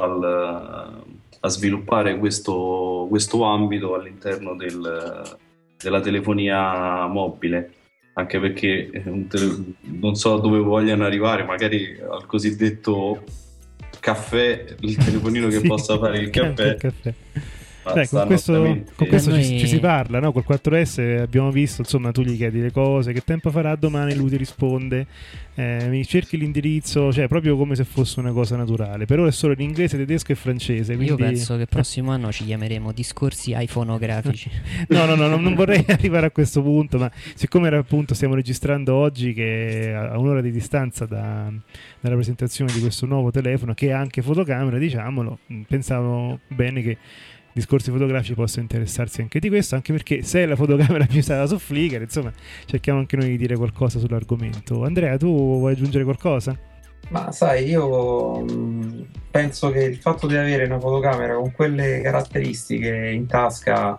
a sviluppare questo ambito all'interno della telefonia mobile, anche perché non so dove vogliano arrivare, magari al cosiddetto caffè, il telefonino che possa fare il caffè. Con questo ci si parla, no? Col 4S abbiamo visto, insomma, tu gli chiedi le cose, che tempo farà domani, lui ti risponde, mi cerchi l'indirizzo, cioè proprio come se fosse una cosa naturale. Per ora è solo in inglese, tedesco e francese, quindi... Io penso che il prossimo anno ci chiameremo discorsi iPhoneografici. No, non vorrei arrivare a questo punto, ma siccome appunto stiamo registrando oggi, che a un'ora di distanza dalla presentazione di questo nuovo telefono, che è anche fotocamera, diciamolo, pensavo bene che discorsi fotografici possa interessarsi anche di questo, anche perché se è la fotocamera più usata su Flickr, insomma, cerchiamo anche noi di dire qualcosa sull'argomento. Andrea, tu vuoi aggiungere qualcosa? Ma sai, io penso che il fatto di avere una fotocamera con quelle caratteristiche in tasca,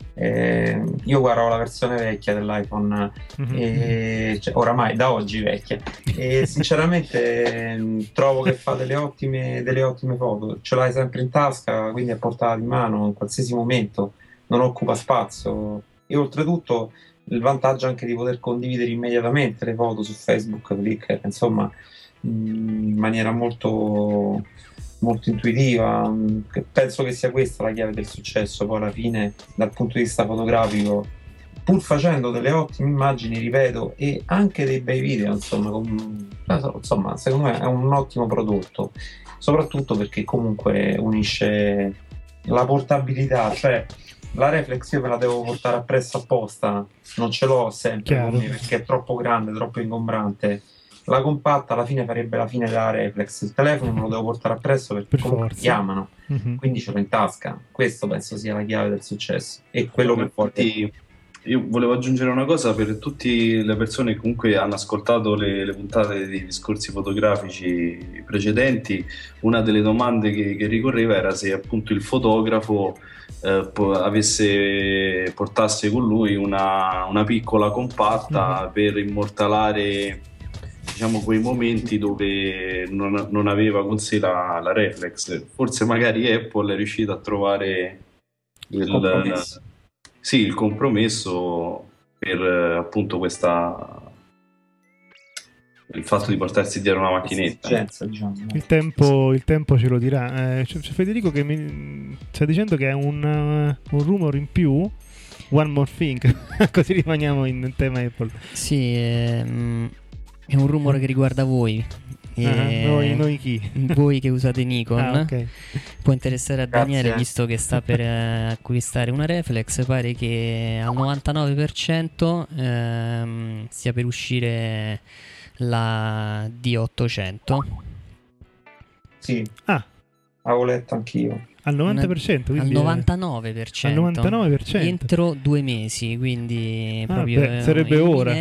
io guardo la versione vecchia dell'iPhone, cioè, oramai da oggi vecchia, e sinceramente trovo che fa delle ottime foto. Ce l'hai sempre in tasca, quindi è portata in mano in qualsiasi momento, non occupa spazio, e oltretutto il vantaggio anche di poter condividere immediatamente le foto su Facebook, Flickr, insomma, in maniera molto intuitiva. Penso che sia questa la chiave del successo poi alla fine dal punto di vista fotografico, pur facendo delle ottime immagini, ripeto, e anche dei bei video, insomma secondo me è un ottimo prodotto, soprattutto perché comunque unisce la portabilità, cioè la reflex io me la devo portare appresso apposta, non ce l'ho sempre con me perché è troppo grande, troppo ingombrante. La compatta alla fine farebbe la fine della reflex, il telefono me lo devo portare appresso perché comunque chiamano, quindi ce l'ho in tasca. Questo penso sia la chiave del successo e quello che porti. Io volevo aggiungere una cosa per tutte le persone che comunque hanno ascoltato le puntate dei discorsi fotografici precedenti. Una delle domande che ricorreva era se appunto il fotografo portasse con lui una piccola compatta per immortalare, diciamo, quei momenti dove non aveva con sé la reflex. Forse magari Apple è riuscita a trovare il compromesso per appunto il fatto di portarsi dietro una macchinetta. Diciamo. Il tempo ce lo dirà. C'è Federico che mi sta dicendo che è un rumor in più. One more thing. Così rimaniamo in tema Apple. Sì, è un rumore che riguarda voi. Noi chi? Voi che usate Nikon. Okay. Può interessare a Daniele, visto che sta per acquistare una reflex. Pare che al 99% stia per uscire la D800. Sì, avevo letto anch'io. Al 90%? Al 99%. Al 99%? Entro 2 mesi, quindi proprio sarebbe ora.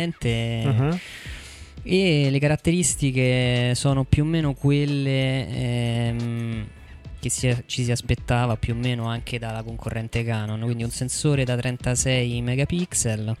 E le caratteristiche sono più o meno quelle che ci si aspettava più o meno anche dalla concorrente Canon, quindi un sensore da 36 megapixel.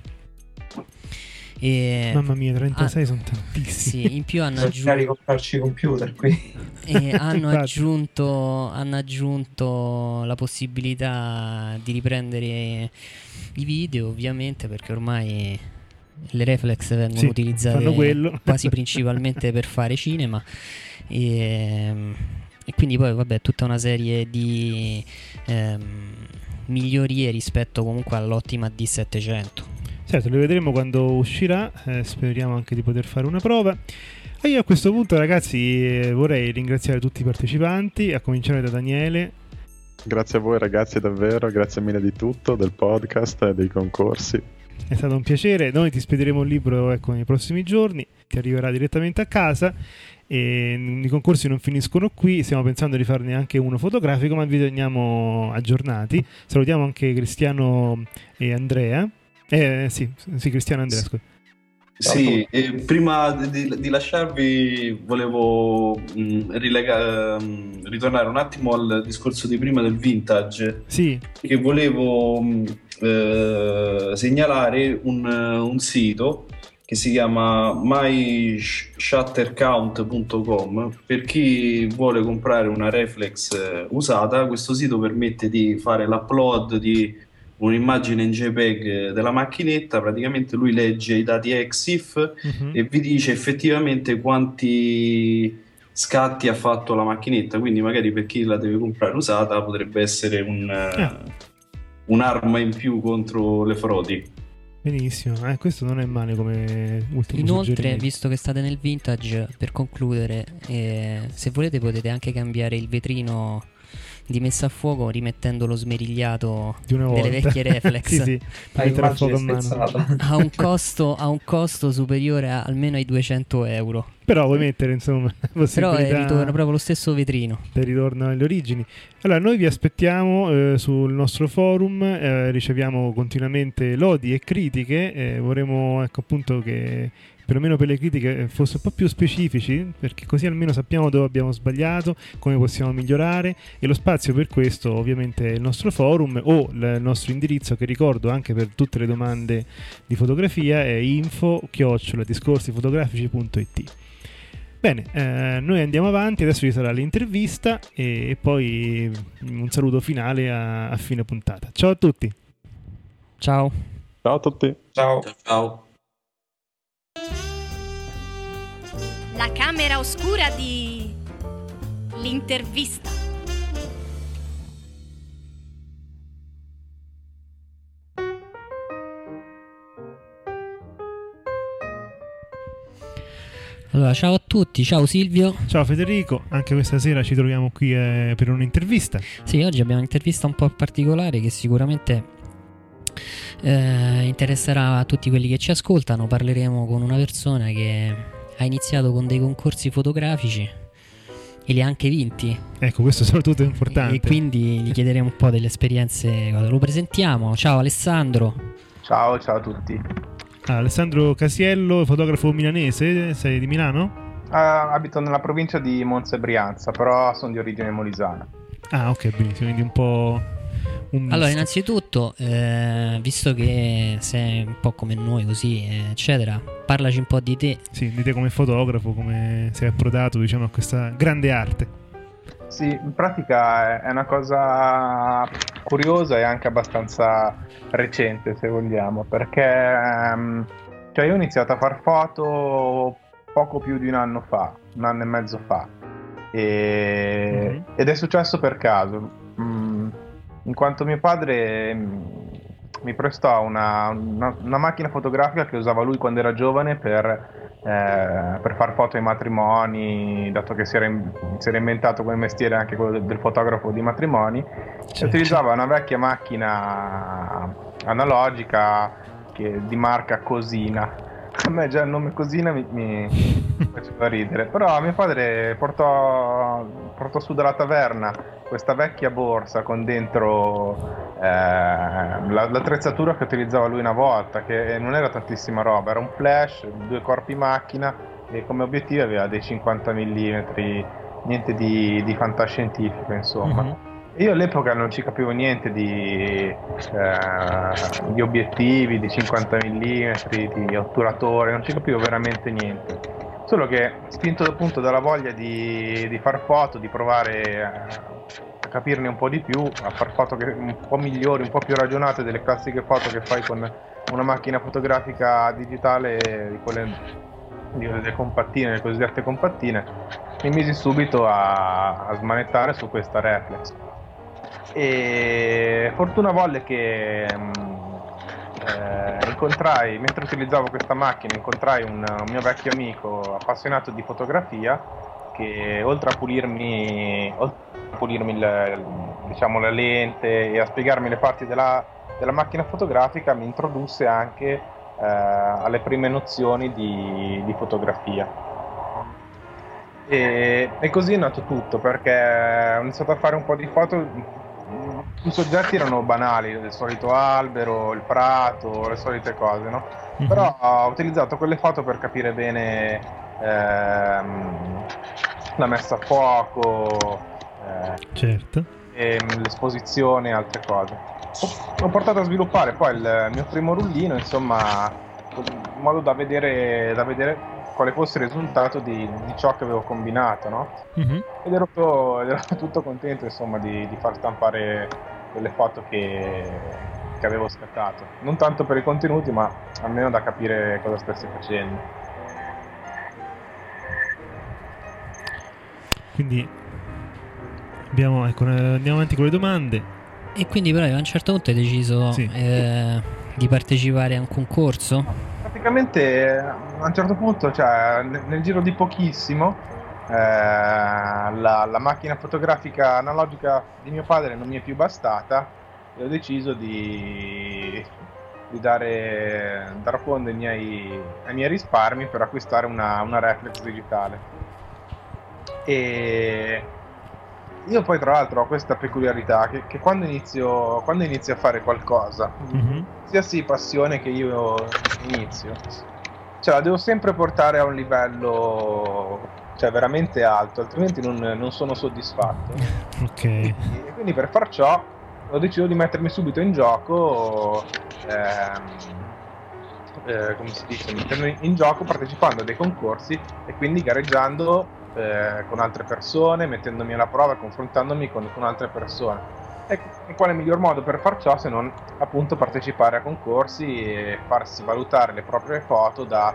Mamma mia, 36 sono tantissimi. Sì, in più hanno comprarci computer qui. E hanno aggiunto la possibilità di riprendere i video, ovviamente, perché ormai le reflex vengono utilizzate quasi principalmente per fare cinema e quindi poi tutta una serie di migliorie rispetto comunque all'ottima D700. Certo, le vedremo quando uscirà, speriamo anche di poter fare una prova. E io a questo punto, ragazzi, vorrei ringraziare tutti i partecipanti, a cominciare da Daniele. Grazie a voi ragazzi, davvero, grazie mille di tutto, del podcast e dei concorsi. È stato un piacere, noi ti spederemo un libro nei prossimi giorni, ti arriverà direttamente a casa e i concorsi non finiscono qui, stiamo pensando di farne anche uno fotografico, ma vi teniamo aggiornati. Salutiamo anche Cristiano e Andrea. Cristiano e Andrea, scusa. Sì, e prima di lasciarvi volevo ritornare un attimo al discorso di prima del vintage. Sì. Che volevo segnalare un sito che si chiama myshuttercount.com. Per chi vuole comprare una reflex usata, questo sito permette di fare l'upload di un'immagine in JPEG della macchinetta. Praticamente lui legge i dati EXIF e vi dice effettivamente quanti scatti ha fatto la macchinetta, quindi magari per chi la deve comprare usata potrebbe essere un'arma in più contro le frodi. Benissimo, questo non è male come ultimo Inoltre, suggerimento. visto che state nel vintage, per concludere, se volete potete anche cambiare il vetrino di messa a fuoco rimettendo lo smerigliato delle vecchie reflex. Sì, per mettere a fuoco a mano. Ha un costo superiore almeno ai 200 euro. Però vuoi mettere, insomma, però ritorna proprio lo stesso vetrino. Ritorno alle origini. Allora, noi vi aspettiamo sul nostro forum, riceviamo continuamente lodi e critiche, vorremmo appunto che perlomeno per le critiche fosse un po' più specifici, perché così almeno sappiamo dove abbiamo sbagliato, come possiamo migliorare, e lo spazio per questo ovviamente è il nostro forum o il nostro indirizzo, che ricordo anche per tutte le domande di fotografia, è info@discorsifotografici.it. Bene, noi andiamo avanti, adesso ci sarà l'intervista e poi un saluto finale a fine puntata. Ciao a tutti. Ciao. Ciao a tutti. Ciao. La camera oscura di l'intervista. Allora, ciao a tutti, ciao Silvio. Ciao Federico, anche questa sera ci troviamo qui per un'intervista. Sì, oggi abbiamo un'intervista un po' particolare che sicuramente interesserà a tutti quelli che ci ascoltano. Parleremo con una persona che ha iniziato con dei concorsi fotografici e li ha anche vinti. Ecco, questo soprattutto è importante. E quindi gli chiederemo un po' delle esperienze. Lo presentiamo. Ciao Alessandro. Ciao a tutti. Alessandro Casiello, fotografo milanese. Sei di Milano? Abito nella provincia di Monza e Brianza, però sono di origine molisana. Ah, ok, benissimo, quindi un po'... Allora, innanzitutto, visto che sei un po' come noi così, eccetera, parlaci un po' di te. Sì, di te come fotografo, come sei approdato, diciamo, a questa grande arte. Sì, in pratica è una cosa curiosa e anche abbastanza recente, se vogliamo, perché cioè io ho iniziato a far foto poco più di un anno e mezzo fa, ed è successo per caso, in quanto mio padre mi prestò una macchina fotografica che usava lui quando era giovane per far foto ai matrimoni, dato che si era inventato come mestiere anche quello del fotografo di matrimoni. Certo. Utilizzava una vecchia macchina analogica di marca Cosina. A me già il nome Cosina mi faceva ridere, però mio padre portò su dalla taverna questa vecchia borsa con dentro l'attrezzatura che utilizzava lui una volta, che non era tantissima roba, era un flash, 2 corpi macchina, e come obiettivo aveva dei 50 mm, niente di fantascientifico, insomma. Io all'epoca non ci capivo niente di obiettivi, di 50 mm, di otturatore, non ci capivo veramente niente. Solo che, spinto appunto dalla voglia di far foto, di provare a capirne un po' di più, a far foto un po' migliori, un po' più ragionate delle classiche foto che fai con una macchina fotografica digitale, di quelle delle compattine, le cosiddette compattine, mi misi subito a smanettare su questa reflex. E fortuna volle che incontrai, mentre utilizzavo questa macchina, incontrai un mio vecchio amico appassionato di fotografia che, oltre a pulirmi diciamo la lente e a spiegarmi le parti della macchina fotografica, mi introdusse anche alle prime nozioni di fotografia. E così è nato tutto, perché ho iniziato a fare un po' di foto. I soggetti erano banali, il solito albero, il prato, le solite cose, no? Però ho utilizzato quelle foto per capire bene la messa a fuoco, certo, e l'esposizione e altre cose. Ho portato a sviluppare poi il mio primo rullino, insomma, in modo da vedere quale fosse il risultato di ciò che avevo combinato, no? Ed ero tutto contento, insomma, di far stampare quelle foto che avevo scattato, non tanto per i contenuti, ma almeno da capire cosa stessi facendo. Quindi andiamo avanti con le domande. E quindi però a un certo punto hai deciso di partecipare a un concorso? Praticamente a un certo punto, cioè nel giro di pochissimo, la macchina fotografica analogica di mio padre non mi è più bastata e ho deciso di dare fondo ai miei risparmi per acquistare una reflex digitale. E io poi, tra l'altro, ho questa peculiarità che quando inizio a fare qualcosa, qualsiasi passione che io inizio, cioè la devo sempre portare a un livello, cioè, veramente alto, altrimenti non sono soddisfatto. Ok. E quindi per far ciò ho deciso di mettermi subito in gioco, come si dice, mettermi in gioco partecipando a dei concorsi e quindi gareggiando con altre persone, mettendomi alla prova e confrontandomi con altre persone. E quale miglior modo per far ciò se non appunto partecipare a concorsi e farsi valutare le proprie foto da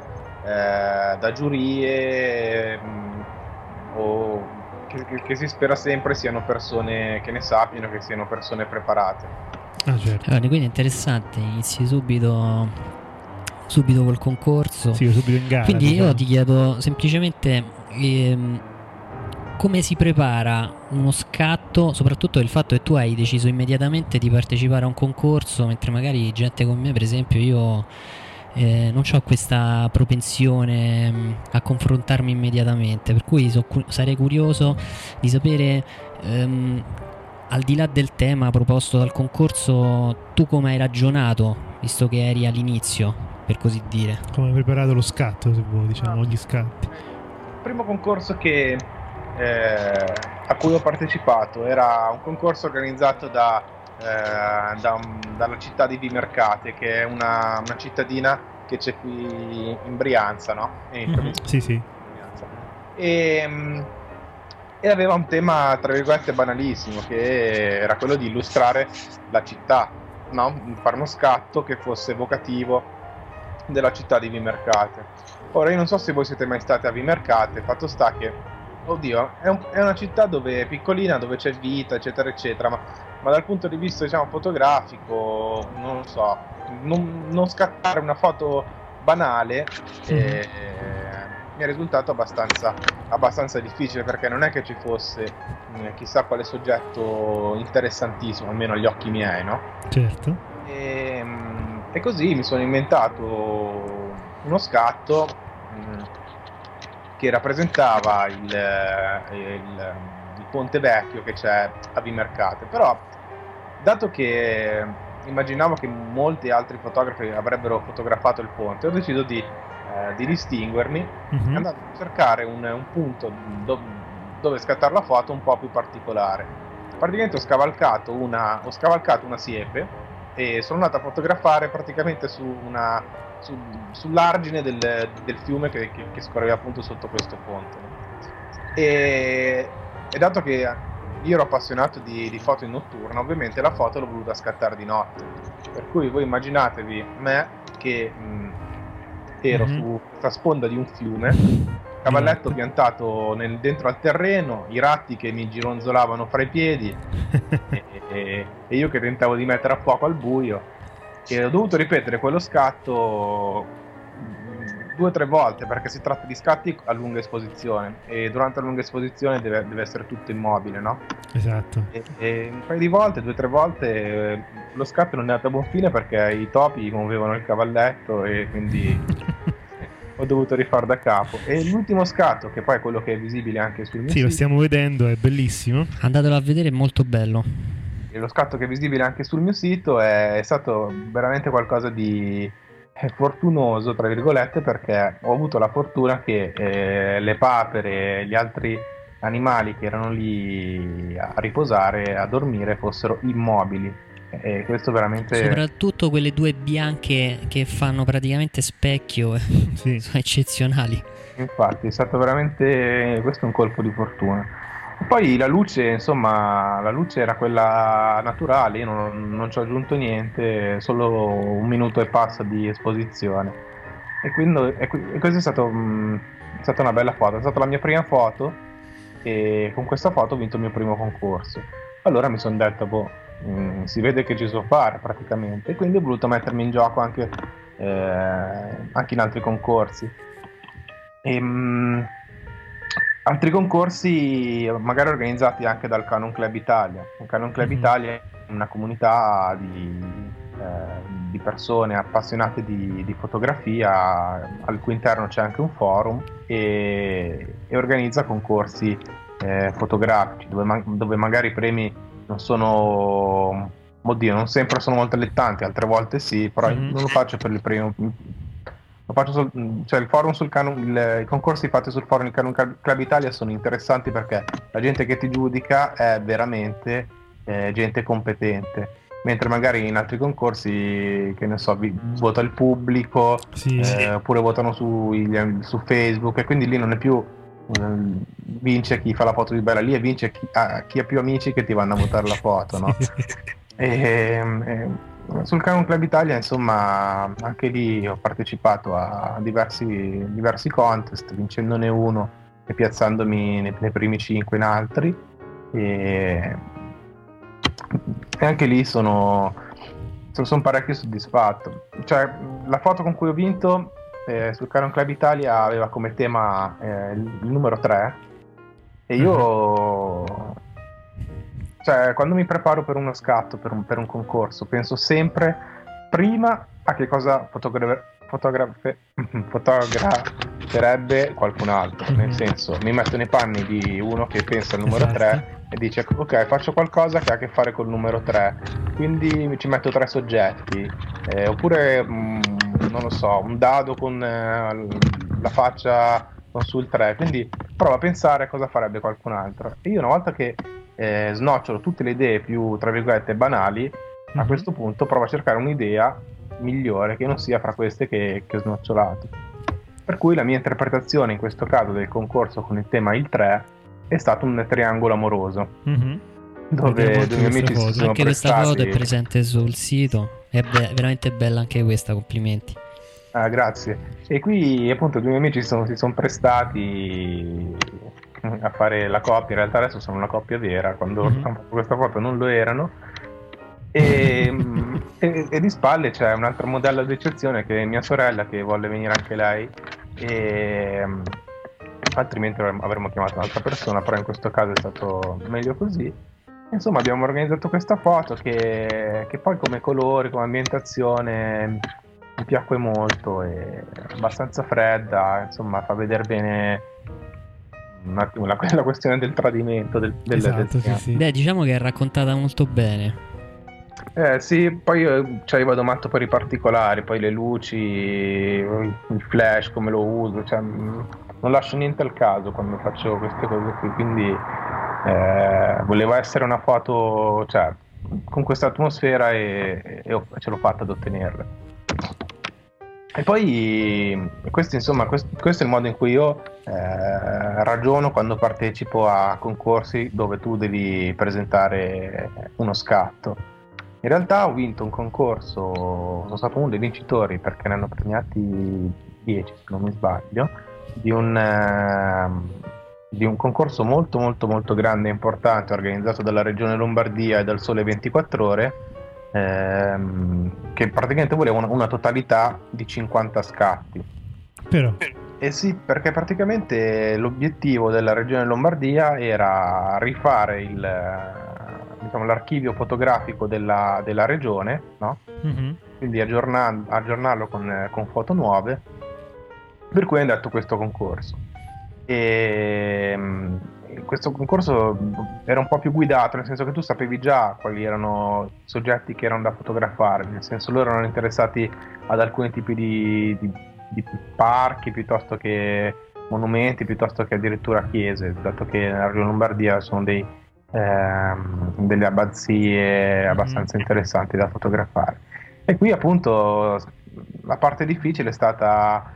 giurie o che si spera sempre siano persone che ne sappiano, che siano persone preparate. Certo. Allora, quindi è interessante, inizi subito col concorso. Sì, subito in gara. Quindi io ti chiedo semplicemente come si prepara uno scatto, soprattutto il fatto che tu hai deciso immediatamente di partecipare a un concorso, mentre magari gente come me, per esempio, io non ho questa propensione a confrontarmi immediatamente, per cui sarei curioso di sapere, al di là del tema proposto dal concorso, tu come hai ragionato, visto che eri all'inizio, per così dire. Come hai preparato lo scatto, se vuoi, diciamo, gli scatti. Il primo concorso a cui ho partecipato era un concorso organizzato dalla città di Vimercate, che è una cittadina che c'è qui in Brianza, no? Sì. E aveva un tema, tra virgolette, banalissimo, che era quello di illustrare la città, no? Fare uno scatto che fosse evocativo della città di Vimercate. Ora, io non so se voi siete mai stati a Vimercate, fatto sta che, oddio, è una città dove è piccolina, dove c'è vita, eccetera, eccetera, ma dal punto di vista, diciamo, fotografico, non lo so, non scattare una foto banale mi è risultato abbastanza difficile, perché non è che ci fosse chissà quale soggetto interessantissimo, almeno agli occhi miei, no? Certo. E così mi sono inventato uno scatto che rappresentava il ponte vecchio che c'è a Vimercate, però dato che immaginavo che molti altri fotografi avrebbero fotografato il ponte, ho deciso di distinguermi e andare a cercare un punto dove scattare la foto un po' più particolare. Praticamente ho scavalcato una siepe e sono andato a fotografare praticamente sull'argine del fiume che scorreva appunto sotto questo ponte. E dato che io ero appassionato di foto in notturna, ovviamente la foto l'ho voluta scattare di notte, per cui voi immaginatevi me che ero su questa sponda di un fiume, cavalletto piantato dentro al terreno, i ratti che mi gironzolavano fra i piedi e io che tentavo di mettere a fuoco al buio, e ho dovuto ripetere quello scatto 2 o 3 volte, perché si tratta di scatti a lunga esposizione e durante la lunga esposizione deve essere tutto immobile, no? Esatto. E un paio di volte, 2 o 3 volte, lo scatto non è andato a buon fine perché i topi muovevano il cavalletto e quindi ho dovuto rifare da capo. E l'ultimo scatto, che poi è quello che è visibile anche sul mio sito, lo stiamo vedendo, è bellissimo. Andatelo a vedere, è molto bello. E lo scatto che è visibile anche sul mio sito è stato veramente qualcosa di fortunoso, tra virgolette, perché ho avuto la fortuna che le papere e gli altri animali che erano lì a riposare, a dormire, fossero immobili, e questo veramente, soprattutto quelle 2 bianche che fanno praticamente specchio, sì, sono eccezionali. Infatti è stato veramente questo un colpo di fortuna. Poi la luce, insomma, la luce era quella naturale, io non ci ho aggiunto niente, solo 1 minuto e passa di esposizione. E quindi questa è stata una bella foto, è stata la mia prima foto e con questa foto ho vinto il mio primo concorso. Allora mi sono detto, si vede che ci so fare praticamente, e quindi ho voluto mettermi in gioco anche in altri concorsi. Altri concorsi magari organizzati anche dal Canon Club Italia. Il Canon Club Italia è una comunità di persone appassionate di fotografia, al cui interno c'è anche un forum e organizza concorsi fotografici dove magari i premi non sono, non sempre sono molto allettanti, altre volte sì, però non lo faccio per il premio. Lo faccio cioè il forum sul i concorsi fatti sul forum del Canon Club Italia sono interessanti perché la gente che ti giudica è veramente gente competente, mentre magari in altri concorsi, che ne so, vota il pubblico, sì. Oppure votano su Facebook, e quindi lì non è più vince chi fa la foto più bella, lì e vince chi ha più amici che ti vanno a votare la foto, no? Sul Canon Club Italia, insomma, anche lì ho partecipato a diversi contest, vincendone uno e piazzandomi nei primi 5 in altri, e anche lì sono parecchio soddisfatto. Cioè, la foto con cui ho vinto sul Canon Club Italia aveva come tema il numero 3, E io, cioè, quando mi preparo per uno scatto, per un concorso, penso sempre prima a che cosa fotograferebbe qualcun altro. Nel senso, mi metto nei panni di uno che pensa al numero 3 e dice ok, faccio qualcosa che ha a che fare col numero 3, quindi ci metto 3 soggetti, oppure non lo so, un dado con la faccia sul 3, quindi provo a pensare a cosa farebbe qualcun altro. E io, una volta che snocciolo tutte le idee più tra virgolette banali, a questo punto provo a cercare un'idea migliore che non sia fra queste che ho snocciolato. Per cui la mia interpretazione in questo caso del concorso con il tema il 3 è stato un triangolo amoroso, dove due miei amici si sono anche prestati. Questa foto è presente sul sito, è veramente bella anche questa, complimenti. Grazie. E qui appunto due miei amici si sono prestati a fare la coppia. In realtà adesso sono una coppia vera, quando ho fatto questa foto non lo erano. E di spalle c'è un altro modello d'eccezione che è mia sorella, che volle venire anche lei, e altrimenti avremmo chiamato un'altra persona, però in questo caso è stato meglio così. Insomma, abbiamo organizzato questa foto che poi come colori, come ambientazione mi piacque molto, è abbastanza fredda, insomma fa vedere bene un attimo la questione del tradimento Esatto, sì. Beh, diciamo che è raccontata molto bene. Sì, poi io vado matto per i particolari, poi le luci, il flash, come lo uso, cioè, non lascio niente al caso quando faccio queste cose qui, quindi voleva essere una foto, cioè, con questa atmosfera e ce l'ho fatta ad ottenerla. E poi questo è il modo in cui io ragiono quando partecipo a concorsi dove tu devi presentare uno scatto. In realtà ho vinto un concorso, sono stato uno dei vincitori perché ne hanno premiati 10 se non mi sbaglio, di un concorso molto molto molto grande e importante organizzato dalla Regione Lombardia e dal Sole 24 Ore, che praticamente voleva una totalità di 50 scatti. Però Sì, perché praticamente l'obiettivo della Regione Lombardia era rifare l'archivio fotografico della regione, no? Quindi aggiornarlo con foto nuove, per cui è andato questo concorso. E questo concorso era un po' più guidato, nel senso che tu sapevi già quali erano i soggetti che erano da fotografare, nel senso loro erano interessati ad alcuni tipi di parchi piuttosto che monumenti, piuttosto che addirittura chiese, dato che nella regione Lombardia sono delle abbazie abbastanza interessanti da fotografare. E qui appunto la parte difficile è stata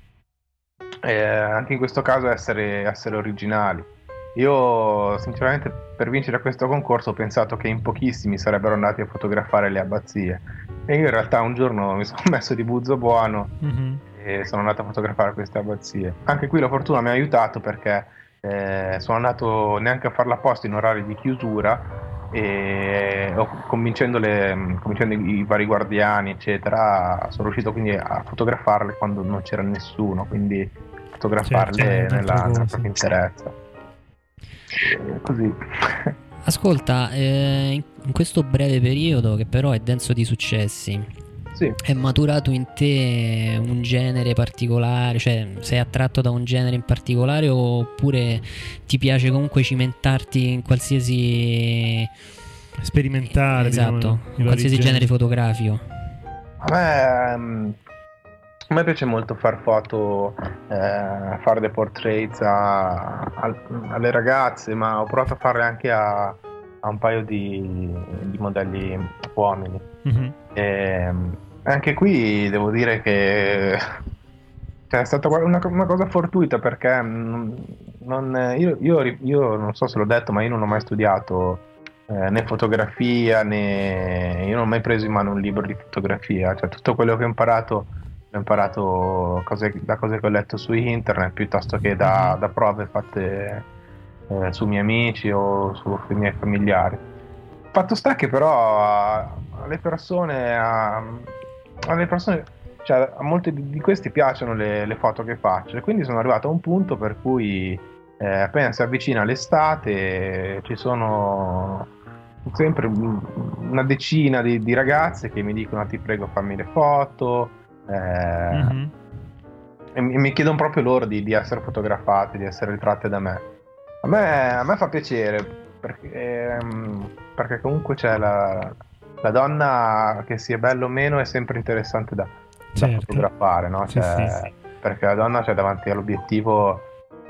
anche in questo caso essere originali. Io sinceramente per vincere questo concorso ho pensato che in pochissimi sarebbero andati a fotografare le abbazie, e io in realtà un giorno mi sono messo di buzzo buono e sono andato a fotografare queste abbazie. Anche qui la fortuna mi ha aiutato perché sono andato neanche a farla apposta in orario di chiusura, e convincendo i vari guardiani eccetera, sono riuscito quindi a fotografarle quando non c'era nessuno, quindi fotografarle nella propria interezza, così. Ascolta, in questo breve periodo, che però è denso di successi, sì, è maturato in te un genere particolare? Cioè, sei attratto da un genere in particolare oppure ti piace comunque cimentarti in qualsiasi sperimentare, esatto, in qualsiasi genere fotografico? A me piace molto far foto, fare dei portraits alle ragazze, ma ho provato a farle anche a un paio di modelli uomini. Anche qui devo dire che è stata una cosa fortuita, perché io non so se l'ho detto, ma io non ho mai studiato né fotografia, né io non ho mai preso in mano un libro di fotografia, cioè tutto quello che ho imparato da cose che ho letto su internet, piuttosto che da prove fatte su miei amici o sui miei familiari. Fatto sta che però alle persone, cioè a molti di questi piacciono le foto che faccio, e quindi sono arrivato a un punto per cui appena si avvicina l'estate ci sono sempre una decina di ragazze che mi dicono ti prego fammi le foto, e mi chiedono proprio loro di essere fotografate, di essere ritratte da me. A me fa piacere perché comunque c'è la donna, che sia bella o meno, è sempre interessante da fotografare, no? Sì. Perché la donna c'è davanti all'obiettivo,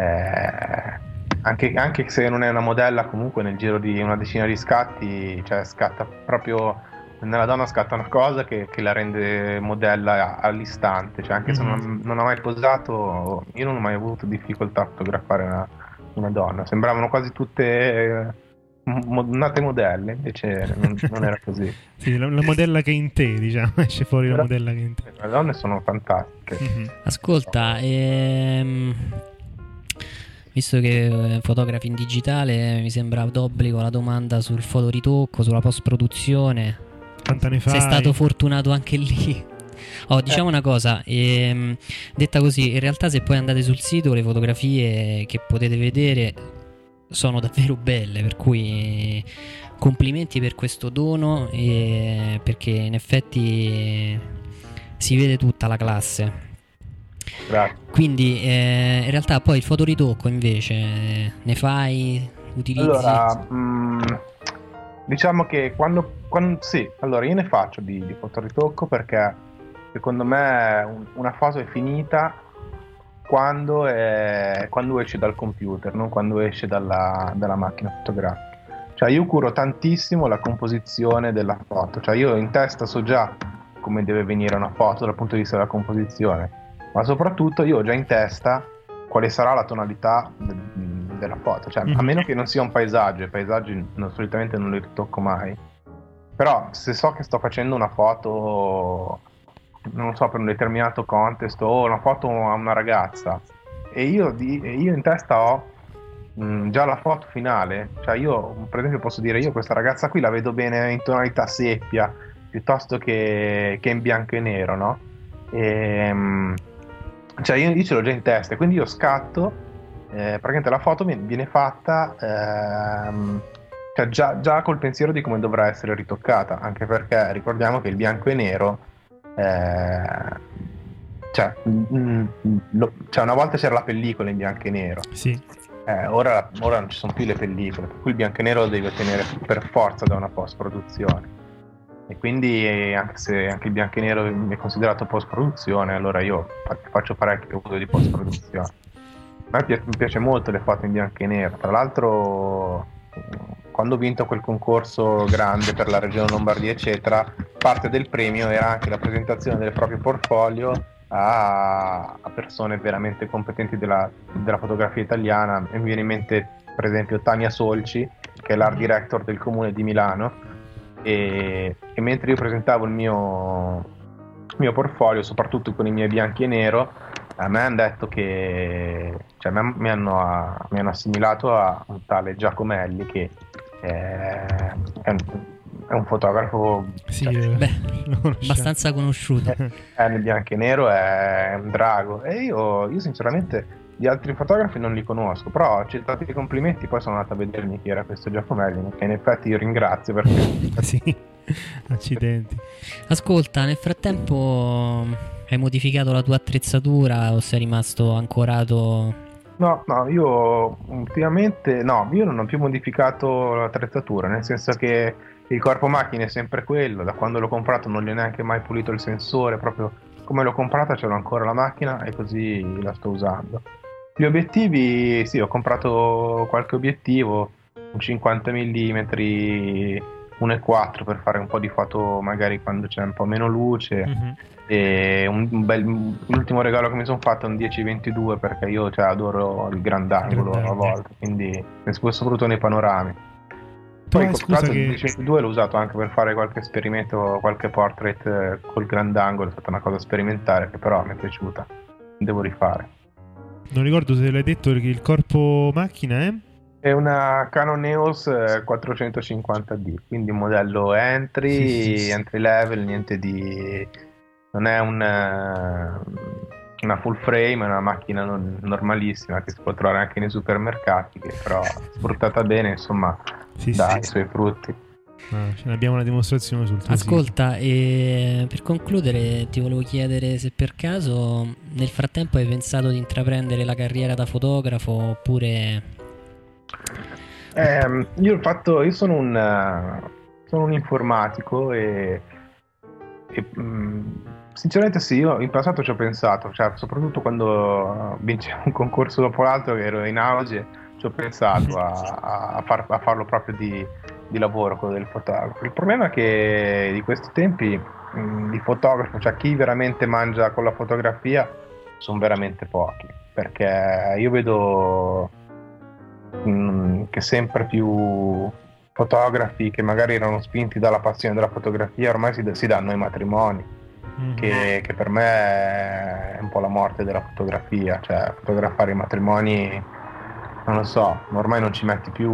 anche se non è una modella, comunque nel giro di una decina di scatti, cioè scatta proprio, nella donna scatta una cosa che la rende modella all'istante, cioè anche se non ha mai posato, io non ho mai avuto difficoltà a fotografare una donna, sembravano quasi tutte nate modelle, invece non era così. Sì, la modella che è in te, diciamo, esce fuori la modella che è in te. Le donne sono fantastiche. Ascolta, visto che fotografi in digitale, mi sembra d'obbligo la domanda sul fotoritocco, sulla post-produzione. Quanta ne fai? Sei stato fortunato anche lì? Diciamo una cosa, detta così, in realtà se poi andate sul sito, le fotografie che potete vedere sono davvero belle, per cui complimenti per questo dono, perché in effetti si vede tutta la classe. Grazie. Quindi in realtà poi il fotoritocco invece ne fai, utilizzi? Allora, diciamo che quando sì, allora io ne faccio di fotoritocco, perché secondo me una foto è finita quando esce dal computer, non quando esce dalla macchina fotografica. Cioè io curo tantissimo la composizione della foto, cioè io in testa so già come deve venire una foto dal punto di vista della composizione, ma soprattutto io ho già in testa quale sarà la tonalità della foto, cioè a meno che non sia un paesaggio, i paesaggi solitamente non li ritocco mai, però se so che sto facendo una foto, non so, per un determinato contesto, o una foto a una ragazza, e io in testa ho già la foto finale, cioè io per esempio posso dire io questa ragazza qui la vedo bene in tonalità seppia piuttosto che in bianco e nero, no? Cioè io ce l'ho già in testa, quindi io scatto, praticamente la foto viene fatta cioè già col pensiero di come dovrà essere ritoccata, anche perché ricordiamo che il bianco e nero cioè una volta c'era la pellicola in bianco e nero, sì. Ora non ci sono più le pellicole, per cui il bianco e nero lo devi ottenere per forza da una post-produzione, e quindi anche il bianco e nero è considerato post-produzione, allora io faccio parecchio uso di post-produzione. A me mi piace molto le foto in bianco e nero, tra l'altro quando ho vinto quel concorso grande per la regione Lombardia eccetera, parte del premio era anche la presentazione del proprio portfolio a persone veramente competenti della fotografia italiana, e mi viene in mente per esempio Tania Solci, che è l'art director del comune di Milano, e mentre io presentavo il mio portfolio, soprattutto con i miei bianchi e nero, a me hanno detto che, cioè mi hanno assimilato a un tale Giacomelli, che è un fotografo, sì, abbastanza conosciuto. Nel bianco e nero è un drago, e io sinceramente gli altri fotografi non li conosco, però accettati i complimenti, poi sono andato a vedermi chi era questo Giacomelli, che in effetti io ringrazio perché sì, accidenti. Ascolta, nel frattempo hai modificato la tua attrezzatura o sei rimasto ancorato? No, io ultimamente io non ho più modificato l'attrezzatura, nel senso che il corpo macchina è sempre quello, da quando l'ho comprato non gli ho neanche mai pulito il sensore, proprio come l'ho comprata ce l'ho ancora la macchina e così la sto usando. Gli obiettivi, sì, ho comprato qualche obiettivo, un 50 mm 1.4 per fare un po' di foto magari quando c'è un po' meno luce, e l'ultimo regalo che mi sono fatto è un 10-22 perché io adoro il grandangolo a volte, quindi soprattutto nei panorami. Poi il 10-22 l'ho usato anche per fare qualche esperimento, qualche portrait col grandangolo, è stata una cosa sperimentale che però mi è piaciuta, devo rifare. Non ricordo se l'hai detto, perché il corpo macchina è una Canon EOS 450D, quindi un modello entry level, niente di, non è una full frame, una macchina normalissima che si può trovare anche nei supermercati, che però sfruttata bene, insomma, dà i suoi frutti. Ce ne abbiamo una dimostrazione sul tuo Ascolta, e per concludere ti volevo chiedere se per caso nel frattempo hai pensato di intraprendere la carriera da fotografo oppure... Io sono un informatico e sinceramente sì, io in passato ci ho pensato, cioè soprattutto quando vincevo un concorso dopo l'altro che ero in auge, ci ho pensato a farlo proprio di lavoro, quello del fotografo. Il problema è che di questi tempi di fotografo, cioè chi veramente mangia con la fotografia, sono veramente pochi, perché io vedo che sempre più fotografi che magari erano spinti dalla passione della fotografia ormai si danno ai matrimoni, che per me è un po' la morte della fotografia, cioè fotografare i matrimoni, non lo so, ormai non ci metti più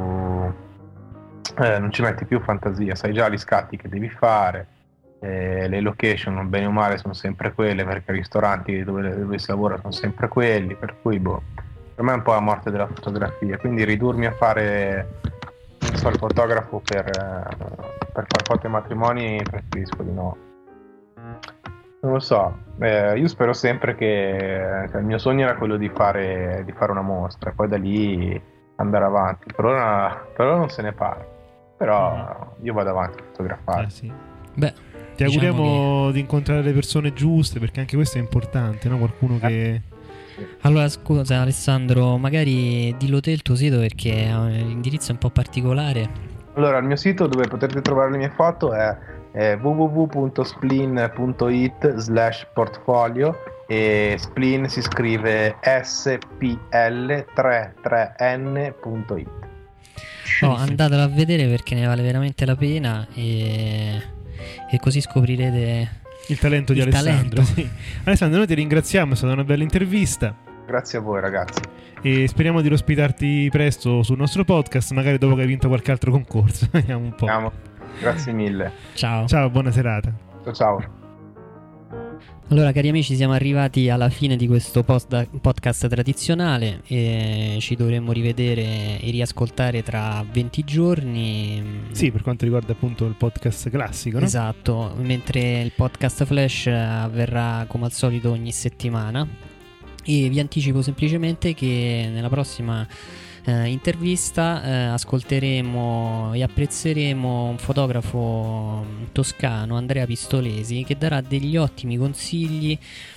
fantasia, sai già gli scatti che devi fare, le location bene o male sono sempre quelle, perché i ristoranti dove si lavora sono sempre quelli, per cui per me è un po' la morte della fotografia, quindi ridurmi a fare il fotografo per far foto ai matrimoni preferisco di no. Non lo so, io spero sempre che il mio sogno era quello di fare una mostra, poi da lì andare avanti. Per ora non se ne parla, però io vado avanti a fotografare. Sì. Beh, ti auguriamo di incontrare le persone giuste, perché anche questo è importante, no? Qualcuno che... Allora scusa Alessandro, magari dillo te il tuo sito, perché l'indirizzo è un po' particolare. Allora, il mio sito dove potete trovare le mie foto è www.spleen.it/portfolio, e Spleen si scrive spl33n.it. Andatelo a vedere perché ne vale veramente la pena, e così scoprirete il talento di Alessandro. Sì. Alessandro, noi ti ringraziamo, è stata una bella intervista. Grazie a voi ragazzi. E speriamo di ospitarti presto sul nostro podcast, magari dopo che hai vinto qualche altro concorso. Vediamo un po'. Grazie mille. Ciao, buona serata. Ciao. Allora cari amici, siamo arrivati alla fine di questo podcast tradizionale e ci dovremmo rivedere e riascoltare tra 20 giorni. Sì, per quanto riguarda appunto il podcast classico, no? Esatto, mentre il podcast flash avverrà come al solito ogni settimana. E vi anticipo semplicemente che nella prossima intervista ascolteremo e apprezzeremo un fotografo toscano, Andrea Pistolesi, che darà degli ottimi consigli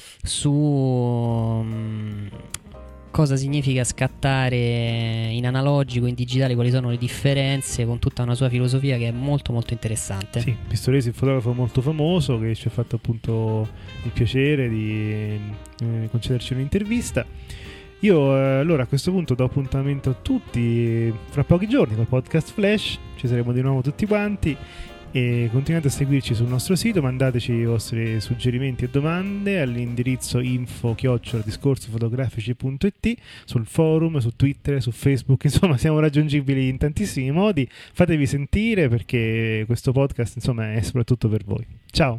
su cosa significa scattare in analogico, in digitale, quali sono le differenze, con tutta una sua filosofia che è molto molto interessante. Sì, Pistolesi è un fotografo molto famoso che ci ha fatto appunto il piacere di concederci un'intervista. Io allora a questo punto do appuntamento a tutti fra pochi giorni col podcast Flash, ci saremo di nuovo tutti quanti, e continuate a seguirci sul nostro sito, mandateci i vostri suggerimenti e domande all'indirizzo info@discorsofotografici.it, sul forum, su Twitter, su Facebook, insomma siamo raggiungibili in tantissimi modi, fatevi sentire perché questo podcast insomma è soprattutto per voi. Ciao!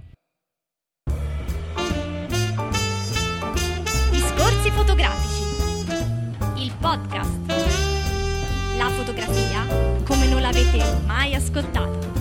Discorsi fotografici, il podcast, la fotografia come non l'avete mai ascoltata.